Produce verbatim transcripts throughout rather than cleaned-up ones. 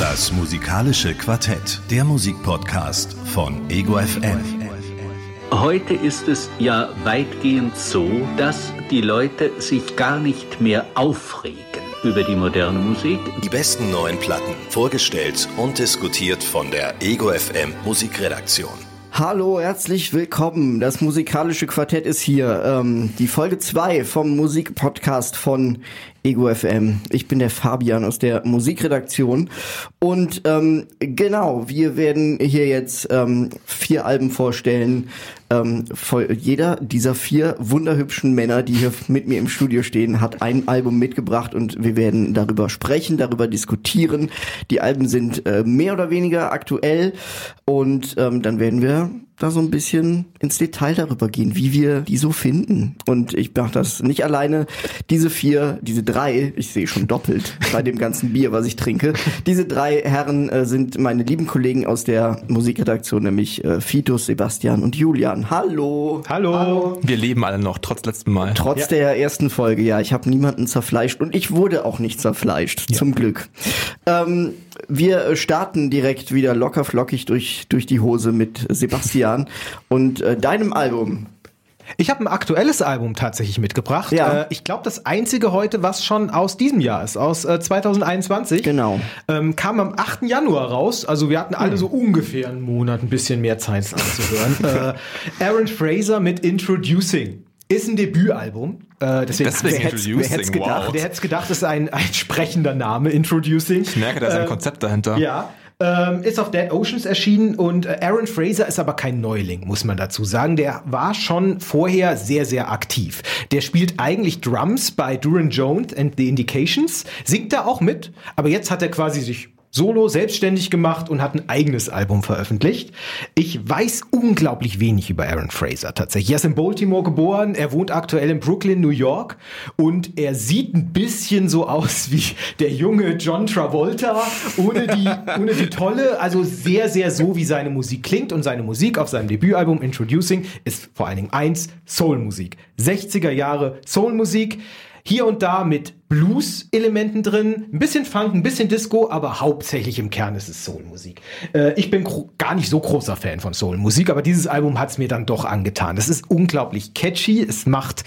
Das musikalische Quartett, der Musikpodcast von Ego F M. Heute ist es ja weitgehend so, dass die Leute sich gar nicht mehr aufregen über die moderne Musik. Die besten neuen Platten, vorgestellt und diskutiert von der Ego F M Musikredaktion. Hallo, herzlich willkommen. Das musikalische Quartett ist hier. Ähm, die Folge zwei vom Musikpodcast von Ego F M. Ich bin der Fabian aus der Musikredaktion. Und ähm, genau, wir werden hier jetzt ähm, vier Alben vorstellen. Ähm, voll, jeder dieser vier wunderhübschen Männer, die hier mit mir im Studio stehen, hat ein Album mitgebracht und wir werden darüber sprechen, darüber diskutieren. Die Alben sind äh, mehr oder weniger aktuell und ähm, dann werden wir da so ein bisschen ins Detail darüber gehen, wie wir die so finden. Und ich mache das nicht alleine. Diese vier, diese drei, ich sehe schon doppelt bei dem ganzen Bier, was ich trinke. Diese drei Herren äh, sind meine lieben Kollegen aus der Musikredaktion, nämlich äh, Fitus, Sebastian und Julian. Hallo. Hallo. Hallo. Wir leben alle noch, trotz letzten Mal. Trotz ja. der ersten Folge, ja. Ich habe niemanden zerfleischt und ich wurde auch nicht zerfleischt, ja. Zum Glück. Ähm, wir starten direkt wieder locker flockig durch, durch die Hose mit Sebastian und äh, deinem Album. Ich habe ein aktuelles Album tatsächlich mitgebracht. Ja. Äh, ich glaube, das einzige heute, was schon aus diesem Jahr ist, aus äh, zwanzig einundzwanzig. Genau. Ähm, kam am achten Januar raus. Also wir hatten alle hm. so ungefähr einen Monat, ein bisschen mehr Zeit es anzuhören. äh, Aaron Fraser mit Introducing. Ist ein Debütalbum. Äh, deswegen, deswegen wer Introducing, wer hätte es gedacht? wow. Wer hätte es gedacht, ist ein, ein sprechender Name, Introducing. Ich merke, da ist ein äh, Konzept dahinter. Ja. Ähm, ist auf Dead Oceans erschienen und äh, Aaron Fraser ist aber kein Neuling, muss man dazu sagen. Der war schon vorher sehr, sehr aktiv. Der spielt eigentlich Drums bei Duran Jones and the Indications, singt da auch mit, aber jetzt hat er quasi sich solo selbstständig gemacht und hat ein eigenes Album veröffentlicht. Ich weiß unglaublich wenig über Aaron Fraser tatsächlich. Er ist in Baltimore geboren, er wohnt aktuell in Brooklyn, New York und er sieht ein bisschen so aus wie der junge John Travolta, ohne die, ohne die tolle, also sehr, sehr so, wie seine Musik klingt und seine Musik auf seinem Debütalbum Introducing ist vor allen Dingen eins, Soulmusik. sechziger Jahre Soulmusik. Hier und da mit Blues-Elementen drin, ein bisschen Funk, ein bisschen Disco, aber hauptsächlich im Kern ist es Soul-Musik. Äh, ich bin gro- gar nicht so großer Fan von Soul-Musik, aber dieses Album hat es mir dann doch angetan. Es ist unglaublich catchy, es macht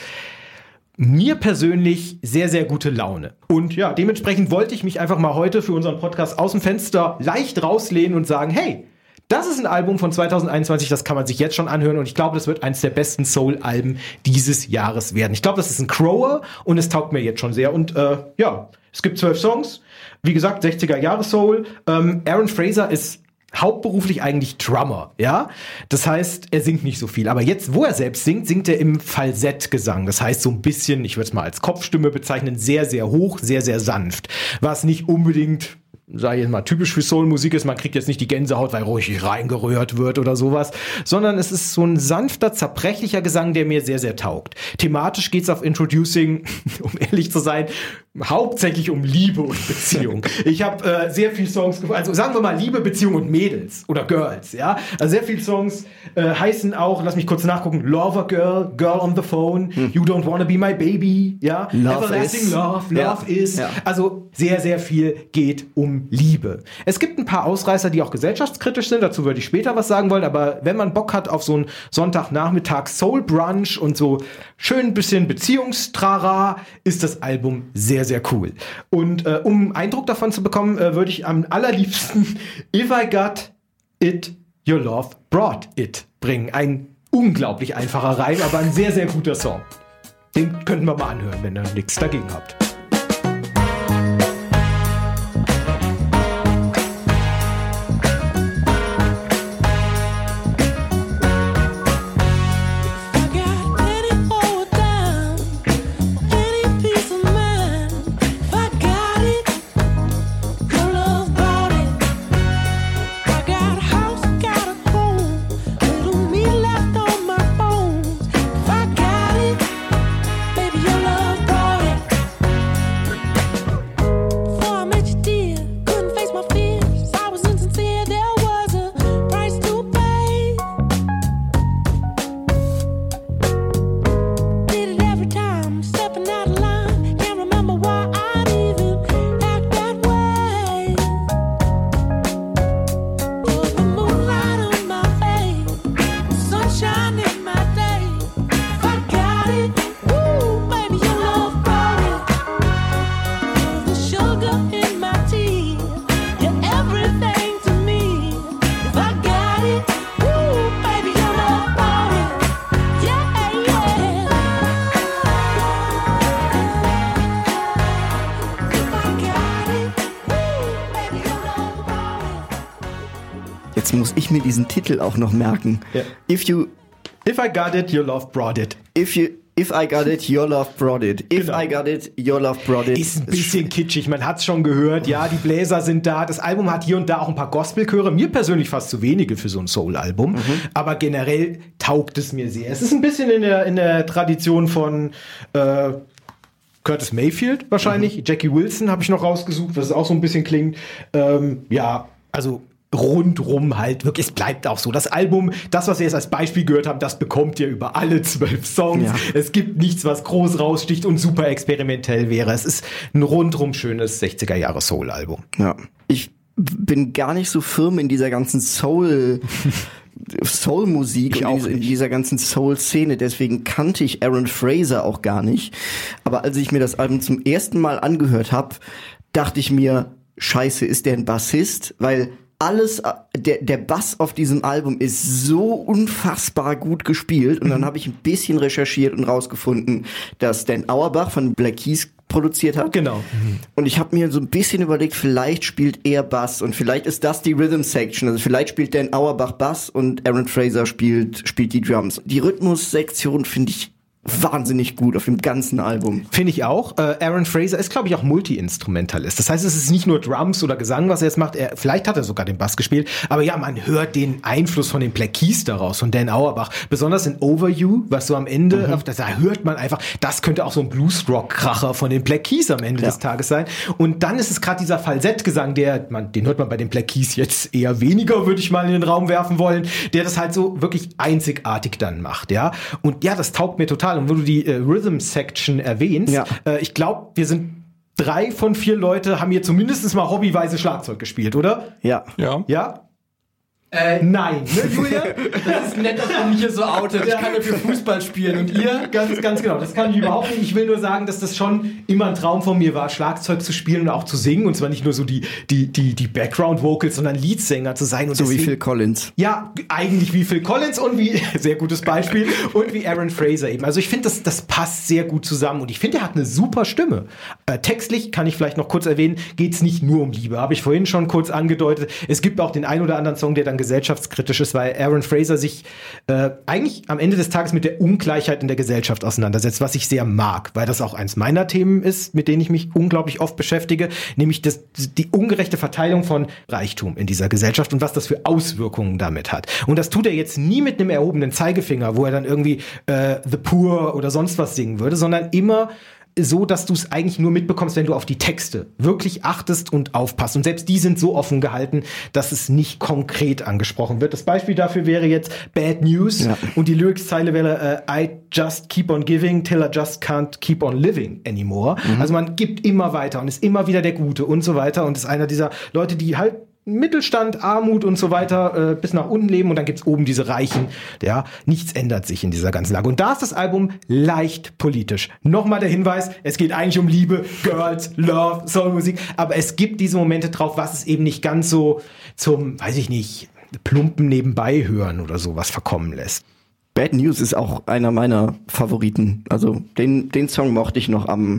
mir persönlich sehr, sehr gute Laune. Und ja, dementsprechend wollte ich mich einfach mal heute für unseren Podcast aus dem Fenster leicht rauslehnen und sagen, hey, das ist ein Album von zwanzig einundzwanzig, das kann man sich jetzt schon anhören und ich glaube, das wird eines der besten Soul-Alben dieses Jahres werden. Ich glaube, das ist ein Grower und es taugt mir jetzt schon sehr. Und äh, ja, es gibt zwölf Songs, wie gesagt, sechziger Jahre Soul. Ähm, Aaron Fraser ist hauptberuflich eigentlich Drummer, ja. Das heißt, er singt nicht so viel. Aber jetzt, wo er selbst singt, singt er im Falsettgesang. Das heißt, so ein bisschen, ich würde es mal als Kopfstimme bezeichnen, sehr, sehr hoch, sehr, sehr sanft. Was nicht unbedingt, sag ich jetzt mal, typisch für Soul-Musik ist, man kriegt jetzt nicht die Gänsehaut, weil ruhig reingerührt wird oder sowas, sondern es ist so ein sanfter, zerbrechlicher Gesang, der mir sehr, sehr taugt. Thematisch geht's auf Introducing, um ehrlich zu sein, hauptsächlich um Liebe und Beziehung. Ich habe äh, sehr viele Songs, also sagen wir mal Liebe, Beziehung und Mädels oder Girls, ja. Also sehr viele Songs äh, heißen auch, lass mich kurz nachgucken, Lover Girl, Girl on the Phone, hm. You Don't Wanna Be My Baby, ja. Love Everlasting is. Love, Love ja. is. Ja. Also sehr, sehr viel geht um Liebe. Es gibt ein paar Ausreißer, die auch gesellschaftskritisch sind, dazu würde ich später was sagen wollen, aber wenn man Bock hat auf so einen Sonntagnachmittag Soul Brunch und so schön ein bisschen Beziehungstrara, ist das Album sehr, sehr cool. Und äh, um Eindruck davon zu bekommen, äh, würde ich am allerliebsten If I Got It, Your Love Brought It bringen. Ein unglaublich einfacher Reim, aber ein sehr, sehr guter Song. Den könnten wir mal anhören, wenn ihr nichts dagegen habt. Jetzt muss ich mir diesen Titel auch noch merken. Ja. If you... If I got it, your love brought it. If you... If I got it, your love brought it. If Genau. I got it, your love brought it. Ist ein bisschen kitschig, man hat's schon gehört. Ja, die Bläser sind da. Das Album hat hier und da auch ein paar Gospelchöre. Mir persönlich fast zu wenige für so ein Soul-Album. Mhm. Aber generell taugt es mir sehr. Es ist ein bisschen in der, in der Tradition von äh, Curtis Mayfield wahrscheinlich. Mhm. Jackie Wilson habe ich noch rausgesucht, was auch so ein bisschen klingt. Ähm, ja, also... rundrum halt, wirklich, es bleibt auch so. Das Album, das, was wir jetzt als Beispiel gehört haben, das bekommt ihr über alle zwölf Songs. Ja. Es gibt nichts, was groß raussticht und super experimentell wäre. Es ist ein rundrum schönes sechziger-Jahre-Soul-Album. Ja. Ich bin gar nicht so firm in dieser ganzen Soul... Soul-Musik und in dieser, in dieser ganzen Soul-Szene, deswegen kannte ich Aaron Fraser auch gar nicht. Aber als ich mir das Album zum ersten Mal angehört habe, dachte ich mir, scheiße, ist der ein Bassist? Weil alles, der, der Bass auf diesem Album ist so unfassbar gut gespielt. Und dann habe ich ein bisschen recherchiert und rausgefunden, dass Dan Auerbach von Black Keys produziert hat. Genau. Mhm. Und ich habe mir so ein bisschen überlegt, vielleicht spielt er Bass und vielleicht ist das die Rhythm Section. Also vielleicht spielt Dan Auerbach Bass und Aaron Fraser spielt, spielt die Drums. Die Rhythmus-Sektion finde ich wahnsinnig gut auf dem ganzen Album. Finde ich auch. Äh, Aaron Fraser ist, glaube ich, auch Multi-Instrumentalist. Das heißt, es ist nicht nur Drums oder Gesang, was er jetzt macht. Er, vielleicht hat er sogar den Bass gespielt. Aber ja, man hört den Einfluss von den Black Keys daraus, von Dan Auerbach. Besonders in Over You, was so am Ende, mhm. auf, da hört man einfach, das könnte auch so ein Blues-Rock-Kracher von den Black Keys am Ende ja. des Tages sein. Und dann ist es gerade dieser Falsettgesang, der, man, den hört man bei den Black Keys jetzt eher weniger, würde ich mal in den Raum werfen wollen, der das halt so wirklich einzigartig dann macht, ja. Und ja, das taugt mir total. Und wo du die äh, Rhythm-Section erwähnst, ja. äh, ich glaube, wir sind drei von vier Leute, haben hier zumindest mal hobbyweise Schlagzeug gespielt, oder? Ja. Ja? Ja? Äh, nein, ne, Julia? Das ist nett, dass man mich hier so outet. Ich kann ja für Fußball spielen und ihr? Ganz, ganz genau. Das kann ich überhaupt nicht. Ich will nur sagen, dass das schon immer ein Traum von mir war, Schlagzeug zu spielen und auch zu singen. Und zwar nicht nur so die, die, die, die Background-Vocals, sondern Leadsänger zu sein. Und so deswegen, wie Phil Collins. Ja, eigentlich wie Phil Collins und wie, sehr gutes Beispiel, und wie Aaron Fraser eben. Also ich finde, das, das passt sehr gut zusammen. Und ich finde, er hat eine super Stimme. Äh, textlich, kann ich vielleicht noch kurz erwähnen, geht es nicht nur um Liebe. Habe ich vorhin schon kurz angedeutet. Es gibt auch den ein oder anderen Song, der dann gesellschaftskritisch ist, weil Aaron Fraser sich äh, eigentlich am Ende des Tages mit der Ungleichheit in der Gesellschaft auseinandersetzt, was ich sehr mag, weil das auch eins meiner Themen ist, mit denen ich mich unglaublich oft beschäftige, nämlich das, die ungerechte Verteilung von Reichtum in dieser Gesellschaft und was das für Auswirkungen damit hat. Und das tut er jetzt nie mit einem erhobenen Zeigefinger, wo er dann irgendwie äh, The Poor oder sonst was singen würde, sondern immer so, dass du es eigentlich nur mitbekommst, wenn du auf die Texte wirklich achtest und aufpasst. Und selbst die sind so offen gehalten, dass es nicht konkret angesprochen wird. Das Beispiel dafür wäre jetzt Bad News. Ja. Und die Lyrics-Zeile wäre äh, I just keep on giving till I just can't keep on living anymore. Mhm. Also man gibt immer weiter und ist immer wieder der Gute und so weiter und ist einer dieser Leute, die halt Mittelstand, Armut und so weiter äh, bis nach unten leben und dann gibt's oben diese Reichen. Ja, nichts ändert sich in dieser ganzen Lage. Und da ist das Album leicht politisch. Nochmal der Hinweis, es geht eigentlich um Liebe, Girls, Love, Soulmusik, aber es gibt diese Momente drauf, was es eben nicht ganz so zum, weiß ich nicht, plumpen nebenbei hören oder sowas verkommen lässt. Bad News ist auch einer meiner Favoriten. Also den, den Song mochte ich noch am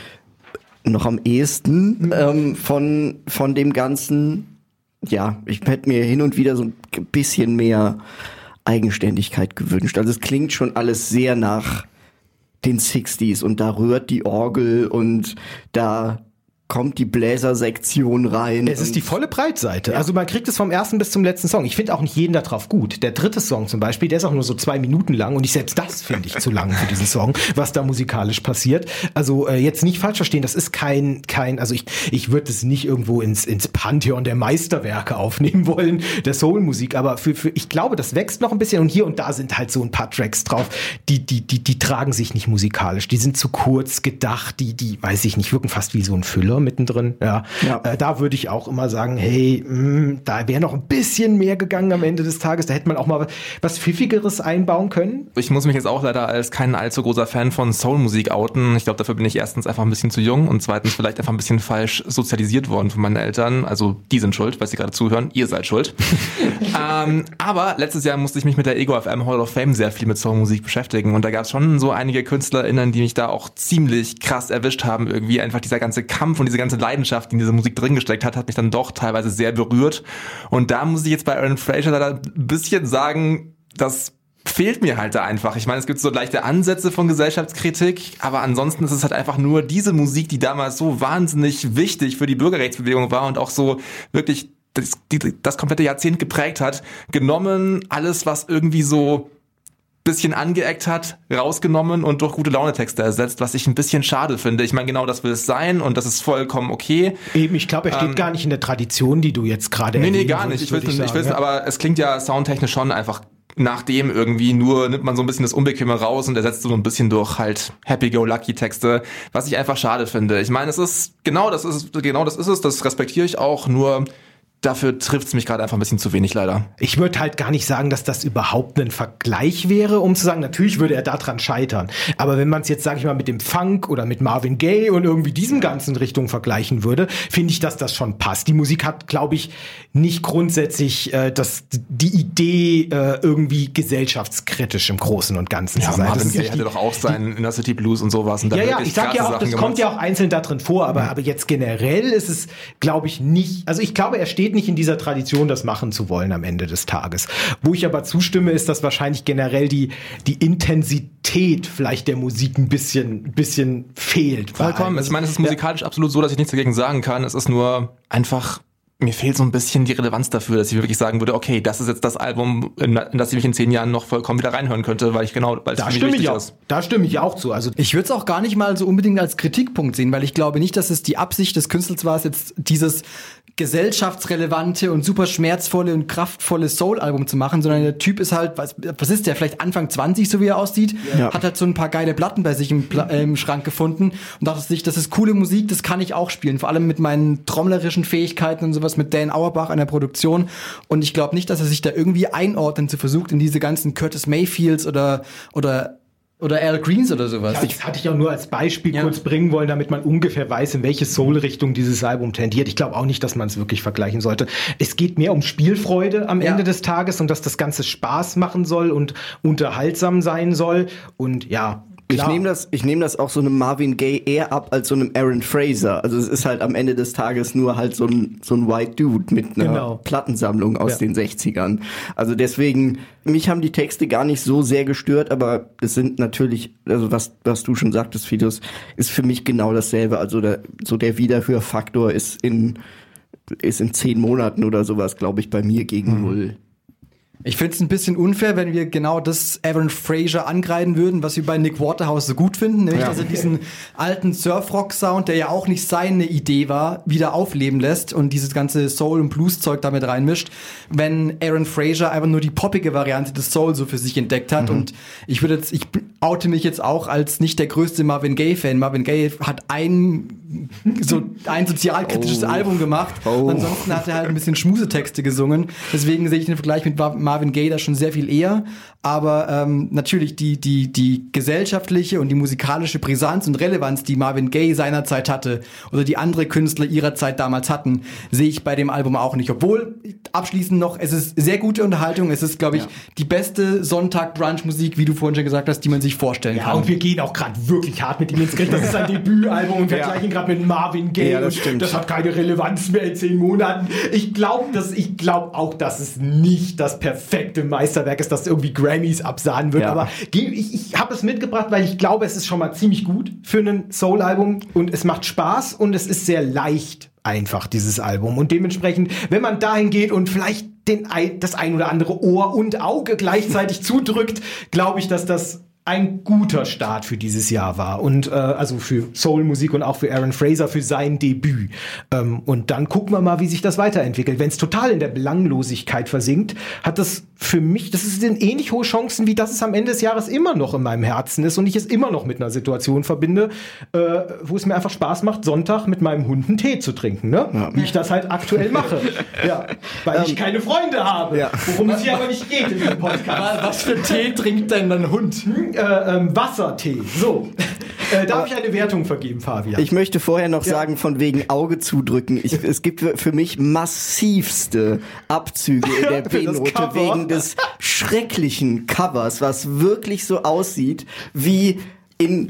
noch am ehesten mhm. ähm, von, von dem Ganzen. Ja, ich hätte mir hin und wieder so ein bisschen mehr Eigenständigkeit gewünscht. Also es klingt schon alles sehr nach den sechziger und da rührt die Orgel und da kommt die Bläsersektion rein. Es ist die volle Breitseite. Ja. Also man kriegt es vom ersten bis zum letzten Song. Ich finde auch nicht jeden da drauf gut. Der dritte Song zum Beispiel, der ist auch nur so zwei Minuten lang und ich selbst das finde ich zu lang für diesen Song, was da musikalisch passiert. Also äh, jetzt nicht falsch verstehen, das ist kein, kein, also ich, ich würde es nicht irgendwo ins, ins Pantheon der Meisterwerke aufnehmen wollen, der Soulmusik, aber für, für, ich glaube, das wächst noch ein bisschen und hier und da sind halt so ein paar Tracks drauf, die, die, die, die tragen sich nicht musikalisch. Die sind zu kurz gedacht, die, die, weiß ich nicht, wirken fast wie so ein Füller mittendrin, ja. ja. Äh, da würde ich auch immer sagen, hey, mh, da wäre noch ein bisschen mehr gegangen am Ende des Tages. Da hätte man auch mal was Pfiffigeres einbauen können. Ich muss mich jetzt auch leider als kein allzu großer Fan von Soulmusik outen. Ich glaube, dafür bin ich erstens einfach ein bisschen zu jung und zweitens vielleicht einfach ein bisschen falsch sozialisiert worden von meinen Eltern. Also die sind schuld, weil sie gerade zuhören. Ihr seid schuld. ähm, aber letztes Jahr musste ich mich mit der Ego F M Hall of Fame sehr viel mit Soulmusik beschäftigen und da gab es schon so einige KünstlerInnen, die mich da auch ziemlich krass erwischt haben. Irgendwie einfach dieser ganze Kampf und diese ganze Leidenschaft, die in dieser Musik drin gesteckt hat, hat mich dann doch teilweise sehr berührt. Und da muss ich jetzt bei Aaron Fraser leider ein bisschen sagen, das fehlt mir halt da einfach. Ich meine, es gibt so leichte Ansätze von Gesellschaftskritik, aber ansonsten ist es halt einfach nur diese Musik, die damals so wahnsinnig wichtig für die Bürgerrechtsbewegung war und auch so wirklich das, die, das komplette Jahrzehnt geprägt hat, genommen, alles, was irgendwie so bisschen angeeckt hat, rausgenommen und durch gute Laune-Texte ersetzt, was ich ein bisschen schade finde. Ich meine, genau das will es sein und das ist vollkommen okay. Eben, ich glaube, er steht ähm, gar nicht in der Tradition, die du jetzt gerade Nee, nee, gar nicht. Ich will ich es, ja. aber es klingt ja soundtechnisch schon einfach nach dem irgendwie, nur nimmt man so ein bisschen das Unbequeme raus und ersetzt so ein bisschen durch halt Happy-Go-Lucky-Texte, was ich einfach schade finde. Ich meine, es ist, genau das ist genau das ist es, das respektiere ich auch, nur dafür trifft es mich gerade einfach ein bisschen zu wenig, leider. Ich würde halt gar nicht sagen, dass das überhaupt ein Vergleich wäre, um zu sagen, natürlich würde er daran scheitern. Aber wenn man es jetzt, sage ich mal, mit dem Funk oder mit Marvin Gaye und irgendwie diesen ganzen Richtungen vergleichen würde, finde ich, dass das schon passt. Die Musik hat, glaube ich, nicht grundsätzlich äh, das, die Idee, äh, irgendwie gesellschaftskritisch im Großen und Ganzen ja, zu sein. Marvin Gaye hatte doch auch seinen Inner City Blues und sowas. Und ja, ja, ich sag ja auch, Sachen das gemacht. kommt ja auch einzeln da drin vor, aber, ja. aber jetzt generell ist es, glaube ich, nicht, also ich glaube, er steht nicht in dieser Tradition, das machen zu wollen am Ende des Tages. Wo ich aber zustimme, ist, dass wahrscheinlich generell die, die Intensität vielleicht der Musik ein bisschen, bisschen fehlt. Vollkommen. Ich meine, es ist musikalisch ja. absolut so, dass ich nichts dagegen sagen kann. Es ist nur einfach, mir fehlt so ein bisschen die Relevanz dafür, dass ich wirklich sagen würde, okay, das ist jetzt das Album, in das ich mich in zehn Jahren noch vollkommen wieder reinhören könnte, weil ich genau, weil es da für mich stimme wichtig ich auch, ist. Da stimme ich auch zu. Also ich würde es auch gar nicht mal so unbedingt als Kritikpunkt sehen, weil ich glaube nicht, dass es die Absicht des Künstlers war, jetzt dieses gesellschaftsrelevante und super schmerzvolle und kraftvolle Soul-Album zu machen, sondern der Typ ist halt, was, was ist der, vielleicht Anfang zwanzig, so wie er aussieht, ja. hat halt so ein paar geile Platten bei sich im, Pla- äh, im Schrank gefunden und dachte sich, das ist coole Musik, das kann ich auch spielen, vor allem mit meinen trommlerischen Fähigkeiten und sowas, mit Dan Auerbach an der Produktion, und ich glaube nicht, dass er sich da irgendwie einordnen zu versucht in diese ganzen Curtis Mayfields oder oder Oder Al Greens oder sowas. Ja, das hatte ich auch nur als Beispiel ja. kurz bringen wollen, damit man ungefähr weiß, in welche Soul-Richtung dieses Album tendiert. Ich glaube auch nicht, dass man es wirklich vergleichen sollte. Es geht mehr um Spielfreude am ja. Ende des Tages und dass das Ganze Spaß machen soll und unterhaltsam sein soll. Und ja, Ich nehme das, ich nehme das auch so einem Marvin Gaye eher ab als so einem Aaron Fraser. Also es ist halt am Ende des Tages nur halt so ein, so ein White Dude mit einer genau. Plattensammlung aus ja. den sechzigern. Also deswegen, mich haben die Texte gar nicht so sehr gestört, aber es sind natürlich, also was, was du schon sagtest, Fidos, ist für mich genau dasselbe. Also der, so der Wiederhörfaktor ist in, ist in zehn Monaten oder sowas, glaube ich, bei mir gegen null. Mhm. Ich finde es ein bisschen unfair, wenn wir genau das Aaron Fraser angreifen würden, was wir bei Nick Waterhouse so gut finden, nämlich, ja. dass er diesen alten Surfrock-Sound, der ja auch nicht seine Idee war, wieder aufleben lässt und dieses ganze Soul- und Blues-Zeug damit reinmischt, wenn Aaron Fraser einfach nur die poppige Variante des Soul so für sich entdeckt hat. Mhm. Und ich würde jetzt, ich oute mich jetzt auch als nicht der größte Marvin Gaye-Fan. Marvin Gaye hat ein, so, ein sozialkritisches oh. Album gemacht, oh. ansonsten hat er halt ein bisschen Schmusetexte gesungen. Deswegen sehe ich den Vergleich mit Marvin Gaye da schon sehr viel eher, aber ähm, natürlich die die die gesellschaftliche und die musikalische Brisanz und Relevanz, die Marvin Gaye seinerzeit hatte oder die andere Künstler ihrer Zeit damals hatten, sehe ich bei dem Album auch nicht. Obwohl, abschließend noch, es ist sehr gute Unterhaltung, es ist, glaube ich, ja. die beste Sonntag-Brunch-Musik, wie du vorhin schon gesagt hast, die man sich vorstellen ja, kann. Ja, und wir gehen auch gerade wirklich hart mit ihm ins Gericht. Das ist ein Debütalbum und wir ja. vergleichen gerade mit Marvin Gaye. Ja, das stimmt. Das hat keine Relevanz mehr in zehn Monaten. Ich glaube, dass ich glaube auch, dass es nicht das perfekte Meisterwerk ist, das irgendwie Grammys absahnen wird. Ja. Aber ich, ich habe es mitgebracht, weil ich glaube, es ist schon mal ziemlich gut für ein Soul-Album und es macht Spaß und es ist sehr leicht einfach, dieses Album. Und dementsprechend, wenn man dahin geht und vielleicht den, das ein oder andere Ohr und Auge gleichzeitig zudrückt, glaube ich, dass das ein guter Start für dieses Jahr war und äh, also für Soul-Musik und auch für Aaron Fraser für sein Debüt. Ähm, und dann gucken wir mal, wie sich das weiterentwickelt. Wenn es total in der Belanglosigkeit versinkt, hat das für mich, das sind ähnlich hohe Chancen, wie das es am Ende des Jahres immer noch in meinem Herzen ist und ich es immer noch mit einer Situation verbinde, äh, wo es mir einfach Spaß macht, Sonntag mit meinem Hund einen Tee zu trinken, ne? Ja. Wie ich das halt aktuell mache. Ja, weil ähm, ich keine Freunde habe, ja. worum es hier aber nicht geht in diesem Podcast. Was für Tee trinkt denn dein Hund? Hm, äh, ähm, Wassertee. So. Äh, darf ich eine Wertung vergeben, Fabian? Ich möchte vorher noch ja. sagen, von wegen Auge zudrücken. Ich, es gibt für mich massivste Abzüge in der B-Note wegen des schrecklichen Covers, was wirklich so aussieht wie in ja.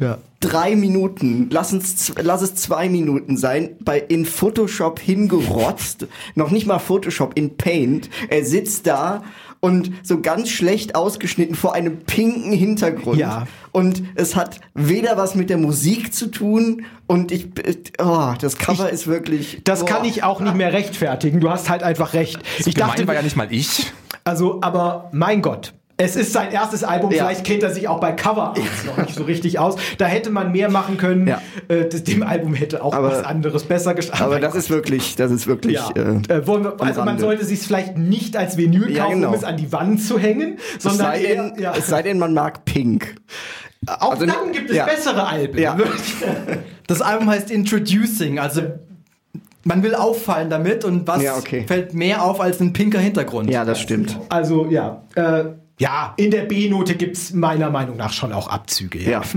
drei Minuten, lass, uns, lass es zwei Minuten sein, bei in Photoshop hingerotzt, noch nicht mal Photoshop, in Paint. Er sitzt da und so ganz schlecht ausgeschnitten vor einem pinken Hintergrund. Ja. Und es hat weder was mit der Musik zu tun und ich, oh, das Cover ich, ist wirklich... Das boah. kann ich auch nicht mehr rechtfertigen. Du hast halt einfach recht. Das ich dachte, war ja nicht mal ich. Also, aber mein Gott. Es ist sein erstes Album, ja. Vielleicht kennt er sich auch bei Cover noch nicht so richtig aus. Da hätte man mehr machen können. Ja. Äh, das, dem Album hätte auch aber, was anderes besser gestaltet. Aber das ist wirklich, das ist wirklich. Ja. Äh, äh, wollen wir, also man sollte sich vielleicht nicht als Vinyl kaufen, ja, genau. um es an die Wand zu hängen, sondern es sei, eher, denn, ja. es sei denn, man mag Pink. Auch also, dann gibt es ja. bessere Alben. Ja. Das Album heißt Introducing, also man will auffallen damit und was ja, okay. fällt mehr auf als ein pinker Hintergrund. Ja, das stimmt. Also ja, äh, ja, in der B-Note gibt's meiner Meinung nach schon auch Abzüge. Ja, ja,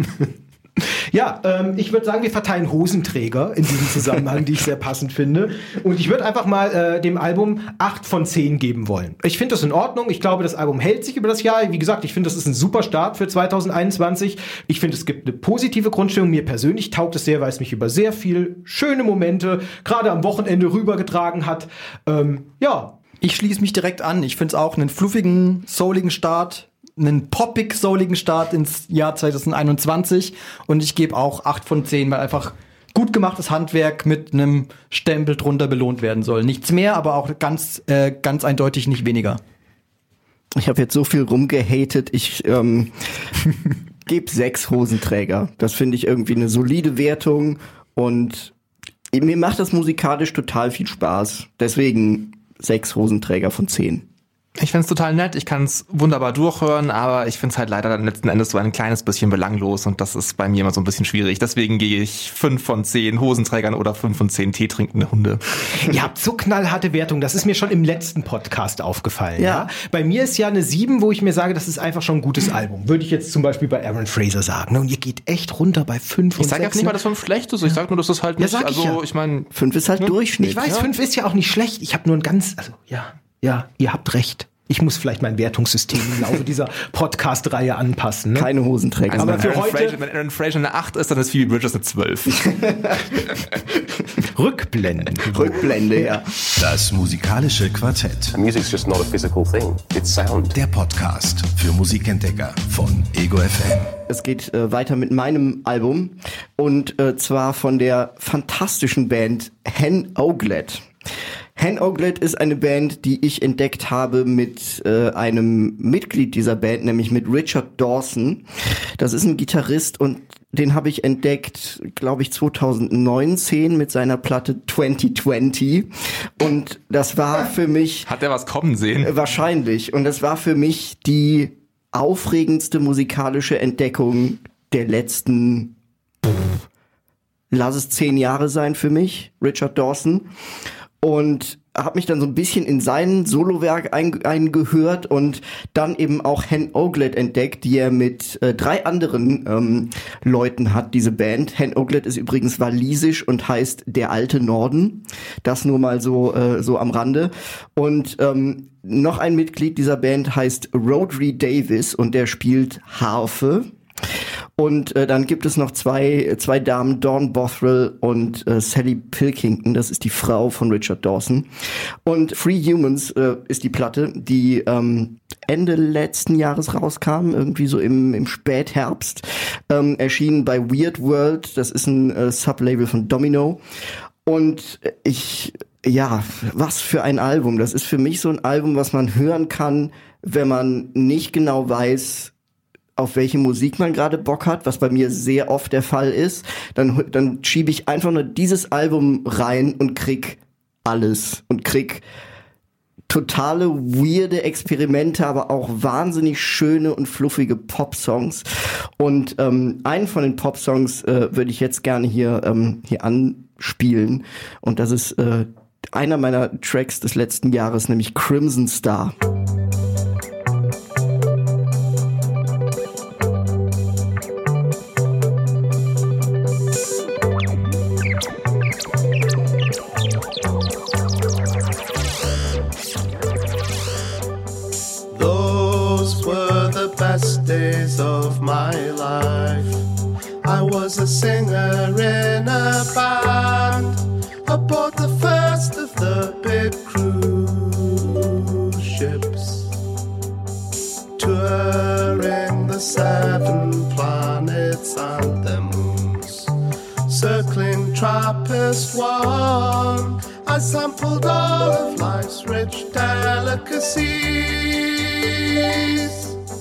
ja ähm, ich würde sagen, wir verteilen Hosenträger in diesem Zusammenhang, die ich sehr passend finde. Und ich würde einfach mal äh, dem Album acht von zehn geben wollen. Ich finde das in Ordnung. Ich glaube, das Album hält sich über das Jahr. Wie gesagt, ich finde, das ist ein super Start für zwanzig einundzwanzig. Ich finde, es gibt eine positive Grundstimmung. Mir persönlich taugt es sehr, weil es mich über sehr viel schöne Momente gerade am Wochenende rübergetragen hat. Ähm, ja, Ich schließe mich direkt an. Ich finde es auch einen fluffigen, souligen Start, einen poppig, souligen Start ins Jahr zwanzig einundzwanzig. Und ich gebe auch acht von zehn, weil einfach gut gemachtes Handwerk mit einem Stempel drunter belohnt werden soll. Nichts mehr, aber auch ganz, äh, ganz eindeutig nicht weniger. Ich habe jetzt so viel rumgehatet. Ich ähm, gebe sechs Hosenträger. Das finde ich irgendwie eine solide Wertung. Und mir macht das musikalisch total viel Spaß. Deswegen sechs Hosenträger von zehn. Ich find's total nett, ich kann's wunderbar durchhören, aber ich find's halt leider dann letzten Endes so ein kleines bisschen belanglos und das ist bei mir immer so ein bisschen schwierig. Deswegen gehe ich fünf von zehn Hosenträgern oder fünf von zehn Tee trinkende Hunde. Ihr habt so knallharte Wertung, das ist mir schon im letzten Podcast aufgefallen. Ja. Ja? Bei mir ist ja eine sieben, wo ich mir sage, das ist einfach schon ein gutes Album. Würde ich jetzt zum Beispiel bei Aaron Fraser sagen. Und ihr geht echt runter bei fünf und Ich sage jetzt nicht mal, dass fünf schlecht ist, ich sage nur, dass das halt nicht, ja, also ich, ja. ich meine... fünf ist halt ne? Durchschnitt. Ich weiß, ja? fünf ist ja auch nicht schlecht. Ich habe nur ein ganz, also ja, ja, ihr habt recht. Ich muss vielleicht mein Wertungssystem im Laufe dieser Podcast-Reihe anpassen. Ne? Keine Hosenträger. Also aber wenn, für Aaron heute Fraser, wenn Aaron Fraser eine acht ist, dann ist Phoebe Bridgers eine zwölf. Rückblenden. Rückblende, ja. Das musikalische Quartett. Music's just not a physical thing. It's sound. Der Podcast für Musikentdecker von Ego F M. Es geht äh, weiter mit meinem Album und äh, zwar von der fantastischen Band Hen Oglet. Hen Oglet ist eine Band, die ich entdeckt habe mit äh, einem Mitglied dieser Band, nämlich mit Richard Dawson. Das ist ein Gitarrist und den habe ich entdeckt, glaube ich, zwanzig neunzehn mit seiner Platte zwanzig zwanzig. Und das war für mich... Hat der was kommen sehen? Äh, wahrscheinlich. Und das war für mich die aufregendste musikalische Entdeckung der letzten... Pff, lass es zehn Jahre sein für mich, Richard Dawson. Und habe mich dann so ein bisschen in sein Solowerk eingehört und dann eben auch Hen Oglet entdeckt, die er mit äh, drei anderen ähm, Leuten hat, diese Band. Hen Oglet ist übrigens walisisch und heißt Der alte Norden. Das nur mal so äh, so am Rande. Und ähm, noch ein Mitglied dieser Band heißt Rhodri Davis und der spielt Harfe. Und äh, dann gibt es noch zwei zwei Damen, Dawn Bothwell und äh, Sally Pilkington, das ist die Frau von Richard Dawson. Und Free Humans äh, ist die Platte, die ähm, Ende letzten Jahres rauskam, irgendwie so im im Spätherbst, ähm, erschienen bei Weird World, das ist ein äh, Sublabel von Domino. Und ich, ja, was für ein Album. Das ist für mich so ein Album, was man hören kann, wenn man nicht genau weiß, auf welche Musik man gerade Bock hat, was bei mir sehr oft der Fall ist, dann, dann schiebe ich einfach nur dieses Album rein und krieg alles und krieg totale weirde Experimente, aber auch wahnsinnig schöne und fluffige Pop-Songs. Und ähm, einen von den Pop-Songs äh, würde ich jetzt gerne hier ähm, hier anspielen und das ist äh, einer meiner Tracks des letzten Jahres, nämlich Crimson Star. Days of my life, I was was a singer in a band aboard the first of the big cruise ships, touring the seven planets and their moons, circling TRAPPIST one. I sampled all of life's rich delicacies.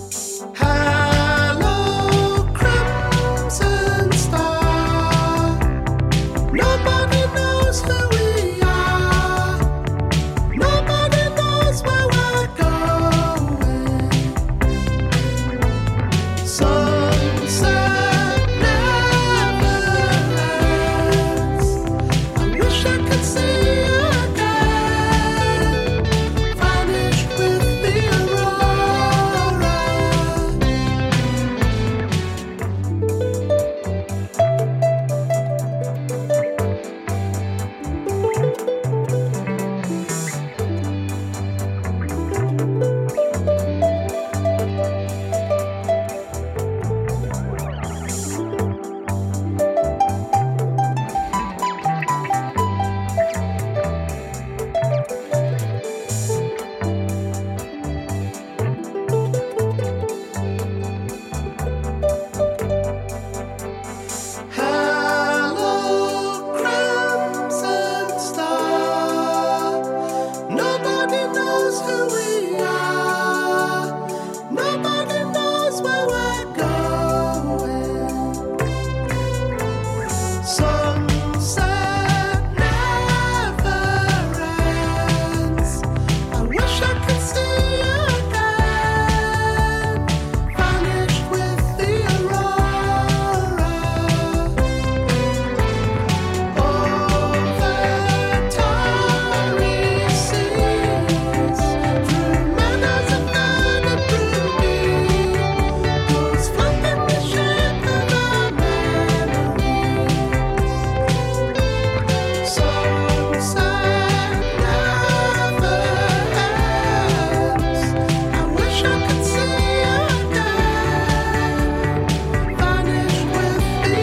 Hello, Crimson Star. Nobody knows who we are. Nobody knows where we're going. Sunset never ends. I wish I could see you again. Vanished with the aurora. Hello, Crimson Star. Nobody knows who we are. Nobody knows where we're going. Sunset never ends. I wish I could see you again. Vanished with the aurora. Over tarry seas, through meadows of verdant ruby, goes floating the ship of our memory. Sunset never ends. I wish I could see you again. Vanished with the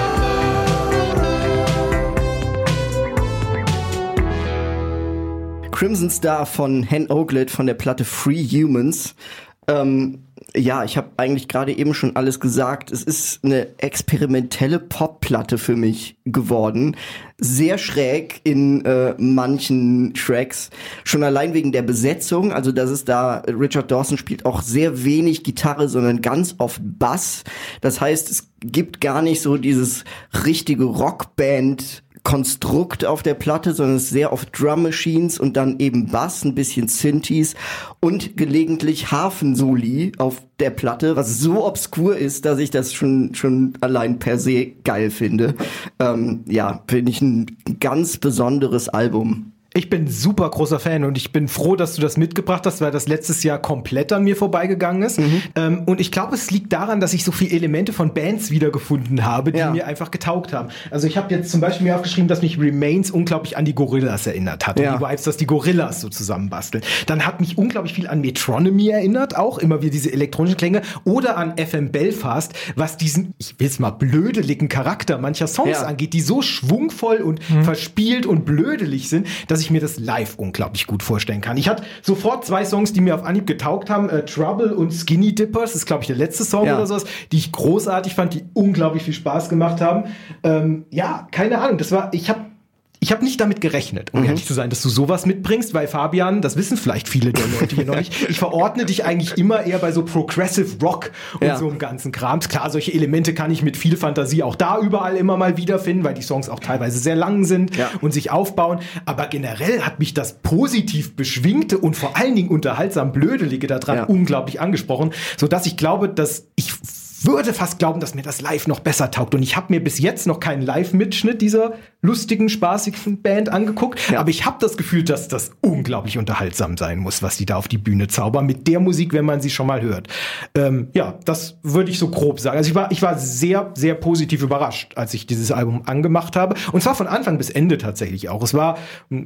aurora. Crimson Star von Hen Ogledd von der Platte Free Humans. Ähm, ja, ich habe eigentlich gerade eben schon alles gesagt. Es ist eine experimentelle Popplatte für mich geworden. Sehr schräg in äh, manchen Tracks. Schon allein wegen der Besetzung. Also das ist da, Richard Dawson spielt auch sehr wenig Gitarre, sondern ganz oft Bass. Das heißt, es gibt gar nicht so dieses richtige Rockband Konstrukt auf der Platte, sondern es ist sehr oft Drum Machines und dann eben Bass, ein bisschen Synthes und gelegentlich Harfensoli auf der Platte, was so obskur ist, dass ich das schon schon allein per se geil finde. Ähm, ja, finde ich ein ganz besonderes Album. Ich bin super großer Fan und ich bin froh, dass du das mitgebracht hast, weil das letztes Jahr komplett an mir vorbeigegangen ist. Mhm. Ähm, und ich glaube, es liegt daran, dass ich so viele Elemente von Bands wiedergefunden habe, die ja. mir einfach getaugt haben. Also ich habe jetzt zum Beispiel mir aufgeschrieben, dass mich Remains unglaublich an die Gorillaz erinnert hat. Ja. Und die Vibes, dass die Gorillaz so zusammenbasteln. Dann hat mich unglaublich viel an Metronomy erinnert, auch immer wieder diese elektronischen Klänge. Oder an F M Belfast, was diesen, ich will es mal, blödeligen Charakter mancher Songs ja. angeht, die so schwungvoll und mhm. verspielt und blödelig sind, dass ich mir das live unglaublich gut vorstellen kann. Ich hatte sofort zwei Songs, die mir auf Anhieb getaugt haben. Äh, Trouble und Skinny Dippers, das ist, glaube ich, der letzte Song ja. oder sowas, die ich großartig fand, die unglaublich viel Spaß gemacht haben. Ähm, ja, keine Ahnung, das war, ich habe Ich habe nicht damit gerechnet, um mhm. ehrlich zu sein, dass du sowas mitbringst, weil Fabian, das wissen vielleicht viele der Leute hier noch nicht, ich verordne dich eigentlich immer eher bei so Progressive Rock und ja. so einem ganzen Krams. Klar, solche Elemente kann ich mit viel Fantasie auch da überall immer mal wiederfinden, weil die Songs auch teilweise sehr lang sind ja. und sich aufbauen. Aber generell hat mich das positiv beschwingte und vor allen Dingen unterhaltsam Blödelige daran ja. unglaublich angesprochen, sodass ich glaube, dass ich würde fast glauben, dass mir das live noch besser taugt. Und ich habe mir bis jetzt noch keinen Live-Mitschnitt dieser lustigen, spaßigen Band angeguckt. Ja. Aber ich habe das Gefühl, dass das unglaublich unterhaltsam sein muss, was die da auf die Bühne zaubern. Mit der Musik, wenn man sie schon mal hört. Ähm, ja, das würde ich so grob sagen. Also ich war, ich war sehr, sehr positiv überrascht, als ich dieses Album angemacht habe. Und zwar von Anfang bis Ende tatsächlich auch. Es war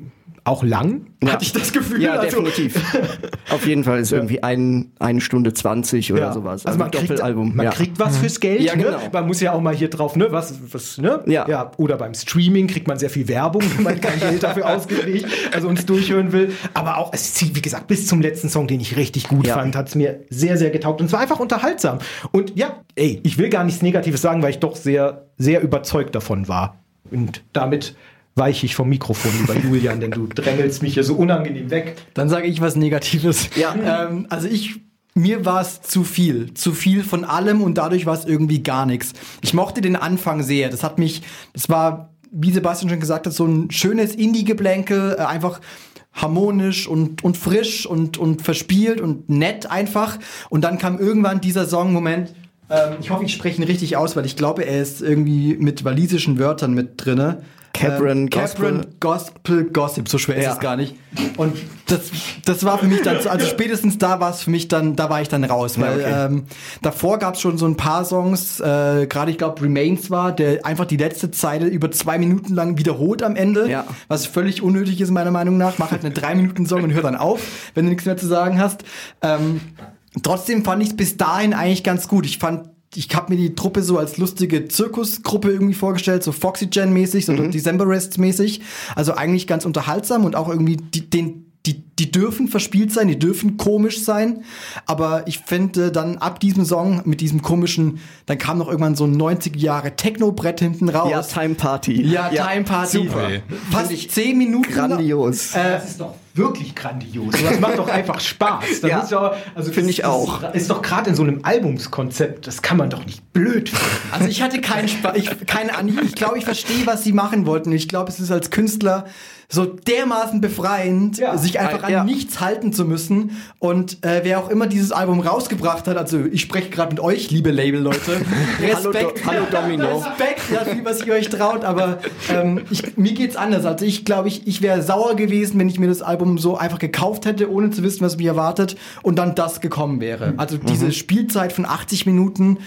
auch lang, Ja. hatte ich das Gefühl. Ja, also, definitiv. Auf jeden Fall ist irgendwie ein, eine Stunde zwanzig oder ja. sowas. Also man kriegt, Doppelalbum. man ja. kriegt was fürs Geld. Ja, genau. Ne? Man muss ja auch mal hier drauf, ne? Was, was, ne? Ja. ja. Oder beim Streaming kriegt man sehr viel Werbung, wenn man kein Geld dafür ausgelegt, also uns durchhören will. Aber auch, es zieht, wie gesagt, bis zum letzten Song, den ich richtig gut Ja. fand, hat es mir sehr, sehr getaugt. Und es war einfach unterhaltsam. Und ja, ey, ich will gar nichts Negatives sagen, weil ich doch sehr, sehr überzeugt davon war. Und damit weiche ich vom Mikrofon, lieber Julian, denn du drängelst mich hier so unangenehm weg. Dann sage ich was Negatives. Ja. Ähm, also ich, mir war es zu viel. Zu viel von allem und dadurch war es irgendwie gar nichts. Ich mochte den Anfang sehr. Das hat mich, das war, wie Sebastian schon gesagt hat, so ein schönes Indie-Geblänkel, äh, einfach harmonisch und, und frisch und, und verspielt und nett einfach. Und dann kam irgendwann dieser Song-Moment. Ähm, ich hoffe, ich spreche ihn richtig aus, weil ich glaube, er ist irgendwie mit walisischen Wörtern mit drinne. Capron, ähm, Capron, Gospel, Gossip, so schwer Ja. ist es gar nicht. Und das, das war für mich dann, so- also spätestens da war es für mich dann, da war ich dann raus, weil Ja, okay. ähm, davor gab es schon so ein paar Songs, äh, gerade ich glaube Remains war, der einfach die letzte Zeile über zwei Minuten lang wiederholt am Ende, Ja. was völlig unnötig ist meiner Meinung nach. Mach halt eine drei Minuten Song und hör dann auf, wenn du nichts mehr zu sagen hast. Ähm, trotzdem fand ich es bis dahin eigentlich ganz gut. Ich fand Ich habe mir die Truppe so als lustige Zirkusgruppe irgendwie vorgestellt, so Foxygen-mäßig, so Mhm. Decemberist-mäßig. Also eigentlich ganz unterhaltsam und auch irgendwie die, den, die, die dürfen verspielt sein, die dürfen komisch sein. Aber ich finde dann ab diesem Song mit diesem komischen, dann kam noch irgendwann so ein neunzig Jahre Techno-Brett hinten raus. Ja, Time Party. Ja, Time Party. Super. Fast zehn Minuten. Grandios. Äh, Das ist doch wirklich grandios. Und das macht doch einfach Spaß. Das Ja, ist ja, also finde das- ich auch. Das ist doch gerade in so einem Albumskonzept, das kann man doch nicht blöd finden. Also ich hatte keinen Spaß, ich, keine Ahnung, ich glaube, ich verstehe, was sie machen wollten. Ich glaube, es ist als Künstler so dermaßen befreiend, Ja. sich einfach an Ja. nichts halten zu müssen. Und äh, wer auch immer dieses Album rausgebracht hat, also ich spreche gerade mit euch, liebe Label-Leute, Hallo, Do- hallo Domino. Respekt dafür, was ihr euch traut, aber ähm, ich, mir geht's anders. Also ich glaube, ich, ich wäre sauer gewesen, wenn ich mir das Album so einfach gekauft hätte, ohne zu wissen, was mich erwartet, und dann das gekommen wäre. Also diese Spielzeit von achtzig Minuten,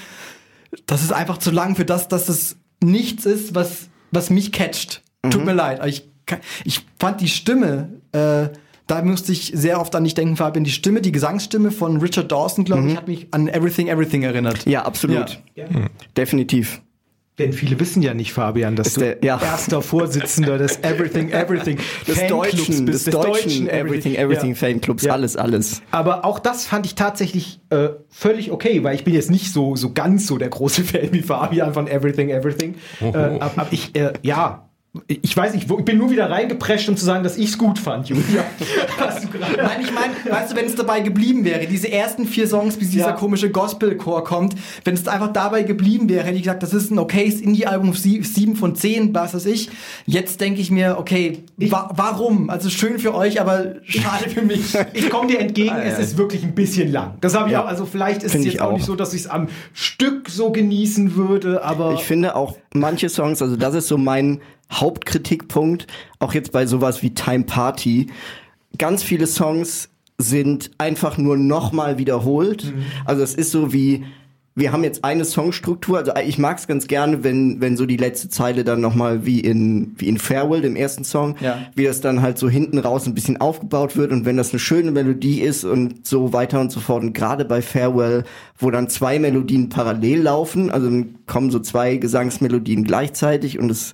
das ist einfach zu lang für das, dass es nichts ist, was, was mich catcht. Tut mir leid. Ich, ich fand die Stimme, äh, da musste ich sehr oft an dich denken, Fabian, die Stimme, die Gesangsstimme von Richard Dawson, glaube ich, hat mich an Everything, Everything erinnert. Ja, absolut. Ja. Definitiv. Denn viele wissen ja nicht, Fabian, dass Ist du der- ja. erster Vorsitzender des Everything Everything Des Fanclubs deutschen, bist, des deutschen Everything, Everything Ja. Fanclubs, Ja. alles, alles. Aber auch das fand ich tatsächlich äh, völlig okay, weil ich bin jetzt nicht so, so ganz so der große Fan wie Fabian von Everything Everything. Äh, aber, aber ich, äh, ja, ich weiß nicht, wo, ich bin nur wieder reingeprescht, um zu sagen, dass ich es gut fand, Julia. Hast du gerade. Nein, ich meine, weißt du, wenn es dabei geblieben wäre, diese ersten vier Songs, bis dieser Ja. komische Gospelchor kommt, wenn es einfach dabei geblieben wäre, hätte ich gesagt, das ist ein okayes Indie-Album, sie- sieben von zehn, was weiß ich. Jetzt denke ich mir, okay, wa warum? Also schön für euch, aber schade für mich. Ich komme dir entgegen, es ist wirklich ein bisschen lang. Das habe ich Ja. auch, also vielleicht ist Find es ich jetzt auch auch. nicht so, dass ich es am Stück so genießen würde, aber Ich finde auch manche Songs, also das ist so mein Hauptkritikpunkt, auch jetzt bei sowas wie Time Party, ganz viele Songs sind einfach nur nochmal wiederholt. Also es ist so wie, wir haben jetzt eine Songstruktur, also ich mag es ganz gerne, wenn wenn so die letzte Zeile dann nochmal wie in wie in Farewell, dem ersten Song, Ja. wie das dann halt so hinten raus ein bisschen aufgebaut wird und wenn das eine schöne Melodie ist und so weiter und so fort. Und gerade bei Farewell, wo dann zwei Melodien parallel laufen, also dann kommen so zwei Gesangsmelodien gleichzeitig und es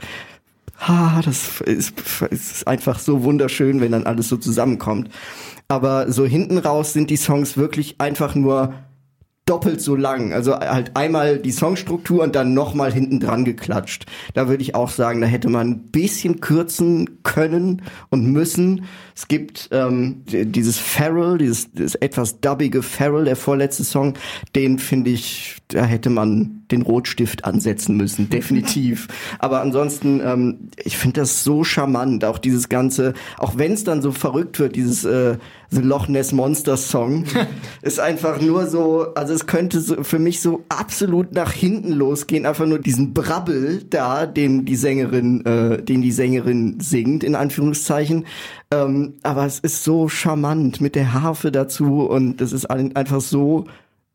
Ha, das ist, ist einfach so wunderschön, wenn dann alles so zusammenkommt. Aber so hinten raus sind die Songs wirklich einfach nur doppelt so lang. Also halt einmal die Songstruktur und dann nochmal hinten dran geklatscht. Da würde ich auch sagen, da hätte man ein bisschen kürzen können und müssen. Es gibt ähm, dieses Farrell, dieses, dieses etwas dubbige Farrell, der vorletzte Song, den finde ich, da hätte man den Rotstift ansetzen müssen, definitiv. Aber ansonsten, ähm, ich finde das so charmant, auch dieses ganze, auch wenn es dann so verrückt wird, dieses äh, The Loch Ness Monster Song, ist einfach nur so, also es könnte so, für mich so absolut nach hinten losgehen, einfach nur diesen Brabbel da, den die Sängerin, äh, den die Sängerin singt, in Anführungszeichen. Ähm, aber es ist so charmant mit der Harfe dazu und das ist ein, einfach so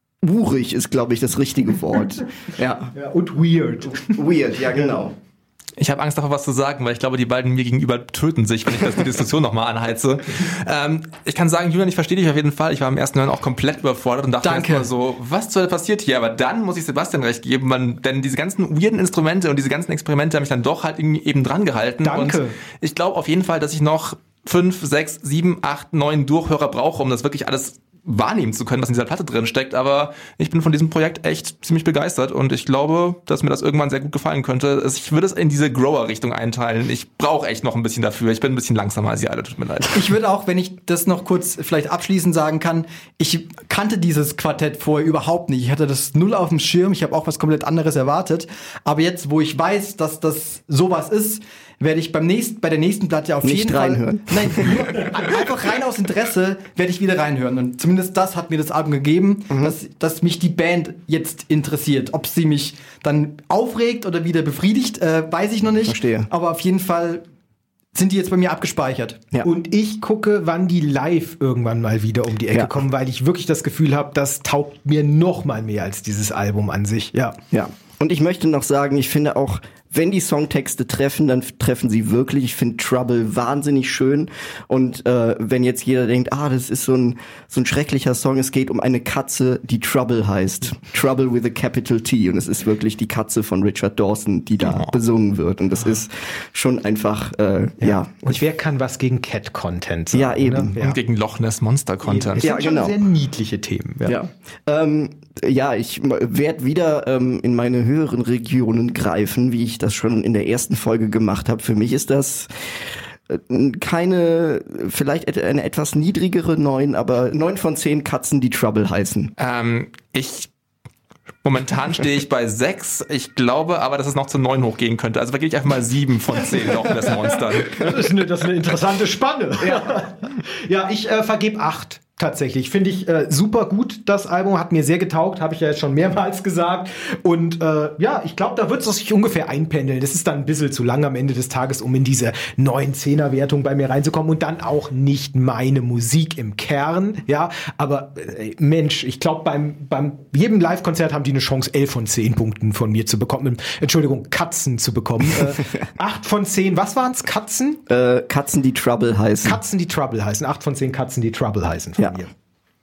urig ist, glaube ich, das richtige Wort. Ja. ja, und weird. Weird, ja genau. Ich habe Angst davor, was zu sagen, weil ich glaube, die beiden mir gegenüber töten sich, wenn ich das die Diskussion nochmal anheize. Ähm, ich kann sagen, Julian, ich verstehe dich auf jeden Fall. Ich war im ersten Hören auch komplett überfordert und dachte erstmal so, was zur Hölle passiert hier? Aber dann muss ich Sebastian recht geben, man, denn diese ganzen weirden Instrumente und diese ganzen Experimente haben mich dann doch halt irgendwie eben dran gehalten. Danke. Und ich glaube auf jeden Fall, dass ich noch fünf, sechs, sieben, acht, neun Durchhörer brauche, um das wirklich alles wahrnehmen zu können, was in dieser Platte drin steckt, aber ich bin von diesem Projekt echt ziemlich begeistert und ich glaube, dass mir das irgendwann sehr gut gefallen könnte. Ich würde es in diese Grower-Richtung einteilen. Ich brauche echt noch ein bisschen dafür. Ich bin ein bisschen langsamer als ihr alle, tut mir leid. Ich würde auch, wenn ich das noch kurz vielleicht abschließend sagen kann, ich kannte dieses Quartett vorher überhaupt nicht. Ich hatte das null auf dem Schirm, ich habe auch was komplett anderes erwartet, aber jetzt, wo ich weiß, dass das sowas ist, werde ich beim nächsten, bei der nächsten Platte auf Nicht jeden reinhören. Fall... Nein, nur, einfach rein aus Interesse werde ich wieder reinhören. Und zumindest das hat mir das Album gegeben, mhm. dass, dass mich die Band jetzt interessiert. Ob sie mich dann aufregt oder wieder befriedigt, äh, weiß ich noch nicht. Verstehe. Aber auf jeden Fall sind die jetzt bei mir abgespeichert. Ja. Und ich gucke, wann die live irgendwann mal wieder um die Ecke Ja. kommen, weil ich wirklich das Gefühl habe, das taugt mir noch mal mehr als dieses Album an sich. Ja. Ja. Und ich möchte noch sagen, ich finde auch, wenn die Songtexte treffen, dann treffen sie wirklich. Ich finde Trouble wahnsinnig schön. Und äh, wenn jetzt jeder denkt, ah, das ist so ein so ein schrecklicher Song, es geht um eine Katze, die Trouble heißt. Trouble with a capital T. Und es ist wirklich die Katze von Richard Dawson, die da oh. besungen wird. Und das ist schon einfach, äh, ja. ja. Und wer kann was gegen Cat-Content sagen? Ja, eben. Ja. Und gegen Loch Ness Monster-Content. Das Ja, sind schon genau. sehr niedliche Themen. Ja. Ja, ähm, ja ich werde wieder ähm, in meine höheren Regionen greifen, wie ich das schon in der ersten Folge gemacht habe. Für mich ist das äh, keine, vielleicht eine etwas niedrigere neun, aber neun von zehn Katzen, die Trouble heißen. Ähm, ich Momentan stehe ich bei sechs. Ich glaube aber, dass es noch zu neun hochgehen könnte. Also da gebe ich einfach mal sieben von zehn Loch Ness Monstern. Das ist eine, das ist eine interessante Spanne. Ja, ja ich äh, vergebe acht. Tatsächlich. Finde ich äh, super gut. Das Album hat mir sehr getaugt, habe ich ja jetzt schon mehrmals gesagt. Und äh, ja, ich glaube, da wird es sich ungefähr einpendeln. Das ist dann ein bisschen zu lang am Ende des Tages, um in diese neun Zehner Wertung bei mir reinzukommen. Und dann auch nicht meine Musik im Kern. Ja, aber äh, Mensch, ich glaube, beim, beim jedem Live-Konzert haben die eine Chance, elf von zehn Punkten von mir zu bekommen. Entschuldigung, Katzen zu bekommen. äh, acht von zehn, was waren's? Katzen? Äh, Katzen, die Trouble heißen. Katzen, die Trouble heißen. acht von zehn Katzen, die Trouble heißen. Ja. Mir.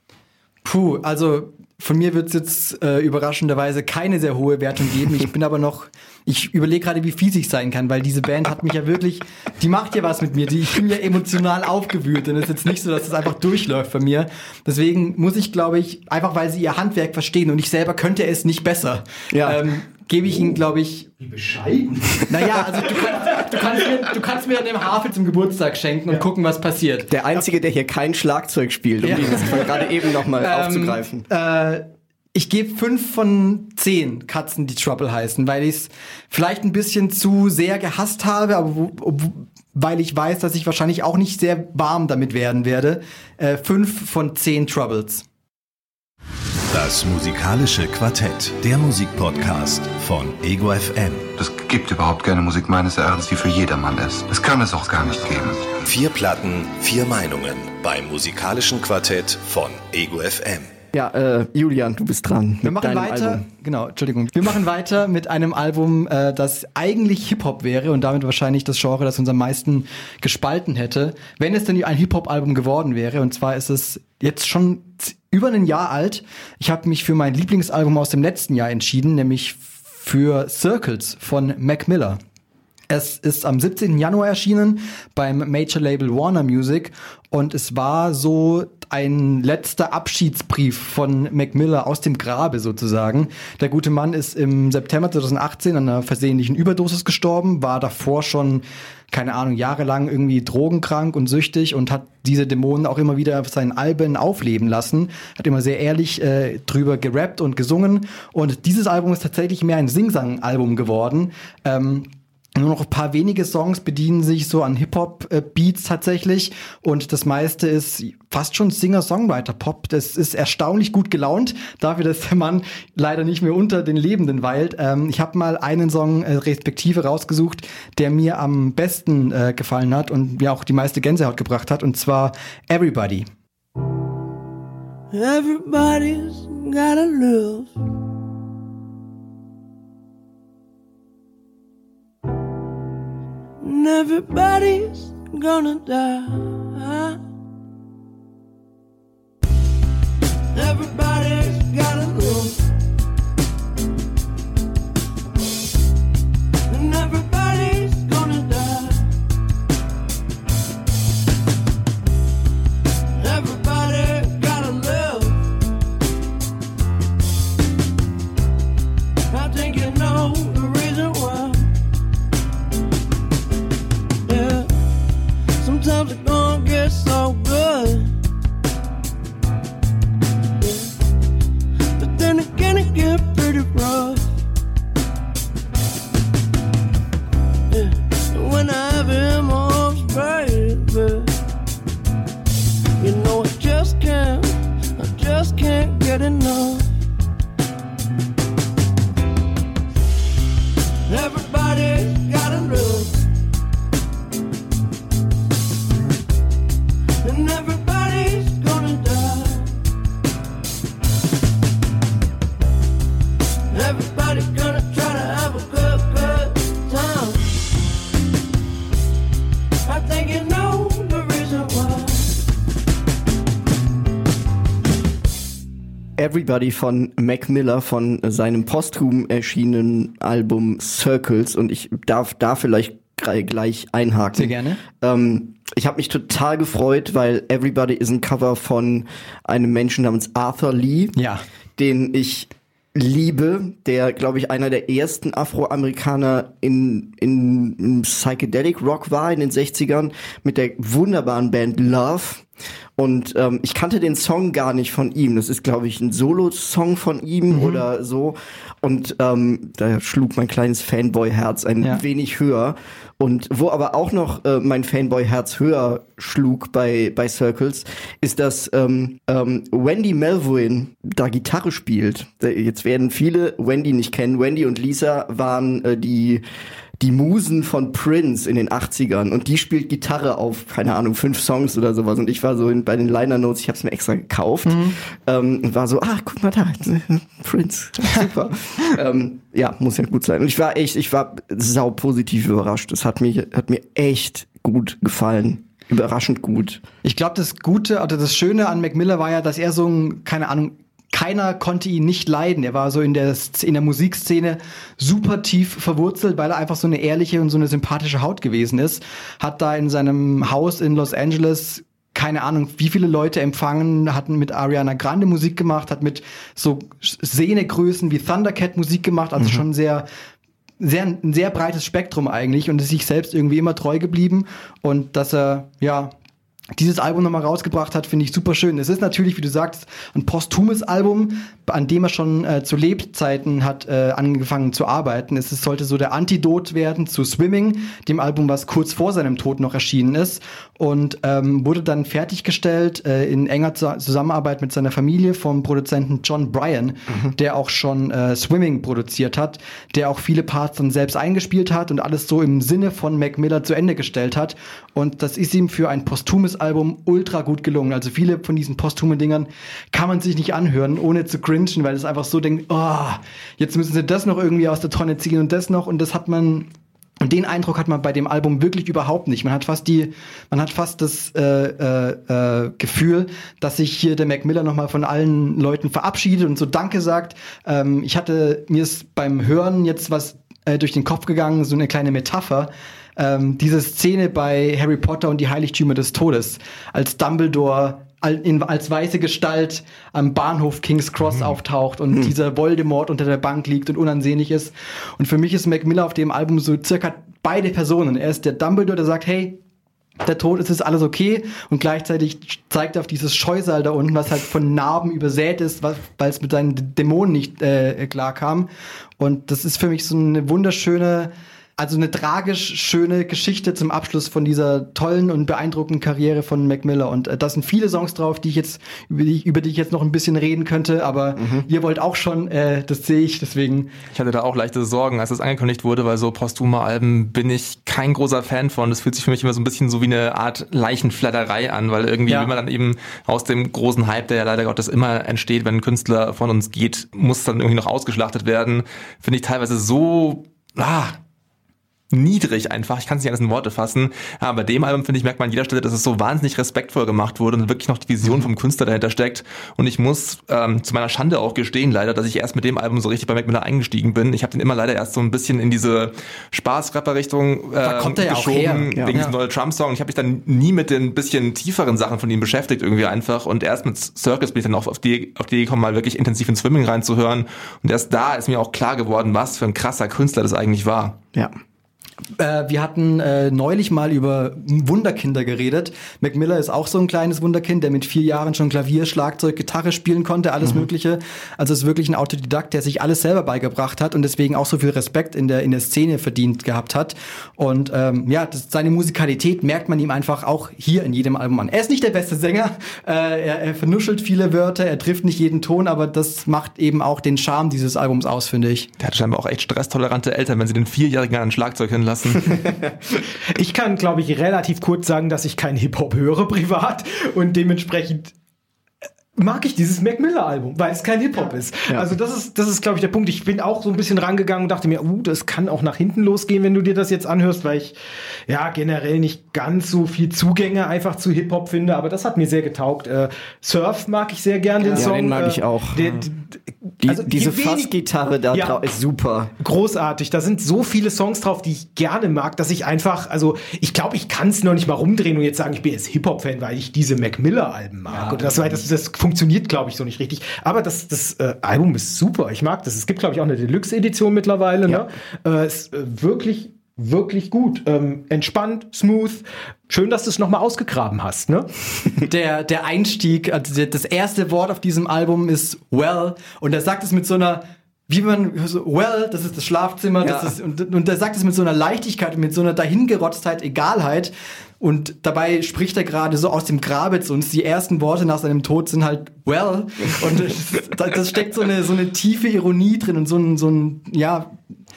Puh, also von mir wird es jetzt äh, überraschenderweise keine sehr hohe Wertung geben. Ich bin aber noch, ich überlege gerade, wie fies ich sein kann, weil diese Band hat mich ja wirklich, die macht ja was mit mir. Die, ich bin ja emotional aufgewühlt und es ist jetzt nicht so, dass es einfach durchläuft bei mir. Deswegen muss ich, glaube ich, einfach weil sie ihr Handwerk verstehen und ich selber könnte es nicht besser, Ja. ähm, gebe ich ihnen, glaube ich... Wie bescheiden. Naja, also du kannst, du, kannst mir, du kannst mir eine Harfe zum Geburtstag schenken und ja. gucken, was passiert. Der Einzige, der hier kein Schlagzeug spielt, um Ja. dieses von gerade eben nochmal Ähm, aufzugreifen. Äh, ich gebe fünf von zehn Katzen, die Trouble heißen, weil ich es vielleicht ein bisschen zu sehr gehasst habe, aber wo, wo, weil ich weiß, dass ich wahrscheinlich auch nicht sehr warm damit werden werde. Äh, fünf von zehn Troubles. Das musikalische Quartett, der Musikpodcast von Ego F M. Es gibt überhaupt keine Musik meines Erachtens, die für jedermann ist. Das kann es auch gar nicht geben. Vier Platten, vier Meinungen beim musikalischen Quartett von Ego F M. Ja, äh, Julian, du bist dran. Wir machen weiter, Album. genau, Entschuldigung. Wir machen weiter mit einem Album, äh, das eigentlich Hip-Hop wäre und damit wahrscheinlich das Genre, das uns am meisten gespalten hätte, wenn es denn ein Hip-Hop-Album geworden wäre. Und zwar ist es jetzt schon über ein Jahr alt. Ich habe mich für mein Lieblingsalbum aus dem letzten Jahr entschieden, nämlich für Circles von Mac Miller. Es ist am siebzehnten Januar erschienen beim Major-Label Warner Music und es war so ein letzter Abschiedsbrief von Mac Miller aus dem Grabe sozusagen. Der gute Mann ist im September zweitausendachtzehn an einer versehentlichen Überdosis gestorben, war davor schon, keine Ahnung, jahrelang irgendwie drogenkrank und süchtig und hat diese Dämonen auch immer wieder auf seinen Alben aufleben lassen, hat immer sehr ehrlich äh, drüber gerappt und gesungen und dieses Album ist tatsächlich mehr ein Sing-Sang-Album geworden. Ähm, Nur noch ein paar wenige Songs bedienen sich so an Hip-Hop-Beats tatsächlich und das meiste ist fast schon Singer-Songwriter-Pop. Das ist erstaunlich gut gelaunt, dafür, dass der Mann leider nicht mehr unter den Lebenden weilt. Ähm, ich habe mal einen Song äh, respektive rausgesucht, der mir am besten äh, gefallen hat und mir auch die meiste Gänsehaut gebracht hat, und zwar Everybody. Everybody's gotta live. everybody's gonna die. Everybody's gotta lose. And everybody's gonna die. Everybody gotta live. I think you know the reason why. Yeah, sometimes it's gonna get so good. Then again it get pretty rough. Yeah. And when I have him arms, baby, you know I just can't, I just can't get enough. Everybody gotta lose. And everybody's gonna die. Everybody's gonna try to have a good, good time. I think you know the reason why. Everybody von Mac Miller von seinem posthum erschienenen Album Circles, und ich darf da vielleicht gleich einhaken. Sehr gerne. Ähm, ich habe mich total gefreut, weil Everybody ist ein Cover von einem Menschen namens Arthur Lee, ja, den ich liebe, der, glaube ich, einer der ersten Afroamerikaner in, in, in Psychedelic Rock war in den sechzigern mit der wunderbaren Band Love. Und ähm, ich kannte den Song gar nicht von ihm. Das ist, glaube ich, ein Solo-Song von ihm mhm. oder so. Und ähm, da schlug mein kleines Fanboy-Herz ein ja. wenig höher. Und wo aber auch noch äh, mein Fanboy-Herz höher schlug bei bei Circles, ist, dass ähm, ähm, Wendy Melvoin da Gitarre spielt. Jetzt werden viele Wendy nicht kennen. Wendy und Lisa waren äh, die die Musen von Prince in den achtzigern, und die spielt Gitarre auf, keine Ahnung, fünf Songs oder sowas, und ich war so in, bei den Liner Notes, ich hab's mir extra gekauft, mhm. ähm, und war so, ah, guck mal da, Prince, super. ähm, ja, muss ja gut sein. Und ich war echt, ich war sau positiv überrascht. Das hat mir, hat mir echt gut gefallen. Überraschend gut. Ich glaube, das Gute, oder das Schöne an Mac Miller war ja, dass er so ein, keine Ahnung, keiner konnte ihn nicht leiden. Er war so in der, in der Musikszene super tief verwurzelt, weil er einfach so eine ehrliche und so eine sympathische Haut gewesen ist. Hat da in seinem Haus in Los Angeles keine Ahnung, wie viele Leute empfangen, hatten mit Ariana Grande Musik gemacht, hat mit so Szenegrößen wie Thundercat Musik gemacht, also mhm. schon sehr sehr ein sehr breites Spektrum eigentlich, und ist sich selbst irgendwie immer treu geblieben, und dass er ja dieses Album nochmal rausgebracht hat, finde ich super schön. Es ist natürlich, wie du sagst, ein posthumes Album, an dem er schon äh, zu Lebzeiten hat äh, angefangen zu arbeiten. Es ist, sollte so der Antidot werden zu Swimming, dem Album, was kurz vor seinem Tod noch erschienen ist, und ähm, wurde dann fertiggestellt äh, in enger Zusammenarbeit mit seiner Familie vom Produzenten John Bryan, mhm. der auch schon äh, Swimming produziert hat, der auch viele Parts dann selbst eingespielt hat und alles so im Sinne von Mac Miller zu Ende gestellt hat. Und das ist ihm für ein posthumes Album ultra gut gelungen. Also viele von diesen posthumen Dingern kann man sich nicht anhören, ohne zu cringen, weil es einfach so denkt, oh, jetzt müssen sie das noch irgendwie aus der Tonne ziehen und das noch, und das hat man, und den Eindruck hat man bei dem Album wirklich überhaupt nicht. Man hat fast die, man hat fast das äh, äh, äh, Gefühl, dass sich hier der Mac Miller nochmal von allen Leuten verabschiedet und so Danke sagt. Ähm, ich hatte, mir ist beim Hören jetzt was äh, durch den Kopf gegangen, so eine kleine Metapher. Ähm, diese Szene bei Harry Potter und die Heiligtümer des Todes, als Dumbledore in, als weiße Gestalt am Bahnhof King's Cross mhm. auftaucht und mhm. dieser Voldemort unter der Bank liegt und unansehnlich ist. Und für mich ist Mac Miller auf dem Album so circa beide Personen. Er ist der Dumbledore, der sagt, hey, der Tod, es ist alles okay, und gleichzeitig zeigt er auf dieses Scheusal da unten, was halt von Narben übersät ist, weil es mit seinen Dämonen nicht äh, klarkam. Und das ist für mich so eine wunderschöne, also eine tragisch schöne Geschichte zum Abschluss von dieser tollen und beeindruckenden Karriere von Mac Miller. Und äh, da sind viele Songs drauf, die ich jetzt, über die, über die ich jetzt noch ein bisschen reden könnte, aber mhm. ihr wollt auch schon, äh, das sehe ich, deswegen. Ich hatte da auch leichte Sorgen, als das angekündigt wurde, weil so posthume Alben bin ich kein großer Fan von. Das fühlt sich für mich immer so ein bisschen so wie eine Art Leichenflatterei an, weil irgendwie, ja. wenn man dann eben aus dem großen Hype, der ja leider Gottes immer entsteht, wenn ein Künstler von uns geht, muss dann irgendwie noch ausgeschlachtet werden, finde ich teilweise so, ah, niedrig einfach. Ich kann es nicht alles in Worte fassen. Aber bei dem Album, finde ich, merkt man an jeder Stelle, dass es so wahnsinnig respektvoll gemacht wurde und wirklich noch die Vision vom Künstler dahinter steckt. Und ich muss ähm, zu meiner Schande auch gestehen, leider, dass ich erst mit dem Album so richtig bei Mac Miller eingestiegen bin. Ich habe den immer leider erst so ein bisschen in diese Spaß-Rapper-Richtung äh, kommt er ja geschoben, auch her. wegen Ja. diesem Donald Trump-Song. Ich habe mich dann nie mit den bisschen tieferen Sachen von ihm beschäftigt irgendwie einfach. Und erst mit Circus bin ich dann auch auf die, auf die Idee gekommen, mal wirklich intensiv in Swimming reinzuhören. Und erst da ist mir auch klar geworden, was für ein krasser Künstler das eigentlich war. Ja. Äh, wir hatten äh, neulich mal über Wunderkinder geredet. Mac Miller ist auch so ein kleines Wunderkind, der mit vier Jahren schon Klavier, Schlagzeug, Gitarre spielen konnte, alles mhm. Mögliche. Also ist wirklich ein Autodidakt, der sich alles selber beigebracht hat und deswegen auch so viel Respekt in der in der Szene verdient gehabt hat. Und ähm, ja, das, seine Musikalität merkt man ihm einfach auch hier in jedem Album an. Er ist nicht der beste Sänger, äh, er, er vernuschelt viele Wörter, er trifft nicht jeden Ton, aber das macht eben auch den Charme dieses Albums aus, finde ich. Der hat scheinbar auch echt stresstolerante Eltern, wenn sie den Vierjährigen an ein Schlagzeug hinlassen. Ich kann, glaube ich, relativ kurz sagen, dass ich keinen Hip-Hop höre privat und dementsprechend mag ich dieses Mac Miller Album, weil es kein Hip-Hop ist. Ja. Also das ist, das ist, glaube ich, der Punkt. Ich bin auch so ein bisschen rangegangen und dachte mir, uh, das kann auch nach hinten losgehen, wenn du dir das jetzt anhörst, weil ich ja generell nicht ganz so viel Zugänge einfach zu Hip-Hop finde, aber das hat mir sehr getaugt. Äh, Surf mag ich sehr gern, den ja, Song. Den mag äh, ich auch. Der, Die, also diese Fassgitarre da ja, drauf ist super. Großartig. Da sind so viele Songs drauf, die ich gerne mag, dass ich einfach, also ich glaube, ich kann es noch nicht mal rumdrehen und jetzt sagen, ich bin jetzt Hip-Hop-Fan, weil ich diese Mac Miller-Alben mag. Ja, und das, das, das funktioniert, glaube ich, so nicht richtig. Aber das, das äh, Album ist super. Ich mag das. Es gibt, glaube ich, auch eine Deluxe-Edition mittlerweile. Ja. Ne? Äh, ist äh, wirklich, wirklich gut. Ähm, entspannt, smooth. Schön, dass du es nochmal ausgegraben hast, ne? Der, der Einstieg, also der, das erste Wort auf diesem Album ist well. Und er sagt es mit so einer, wie man, so, well, das ist das Schlafzimmer, ja. das ist, und, und er sagt es mit so einer Leichtigkeit und mit so einer Dahingerotztheit, Egalheit. Und dabei spricht er gerade so aus dem Grabe zu uns. Die ersten Worte nach seinem Tod sind halt well. Und das, das steckt so eine, so eine tiefe Ironie drin und so ein, so ein, ja,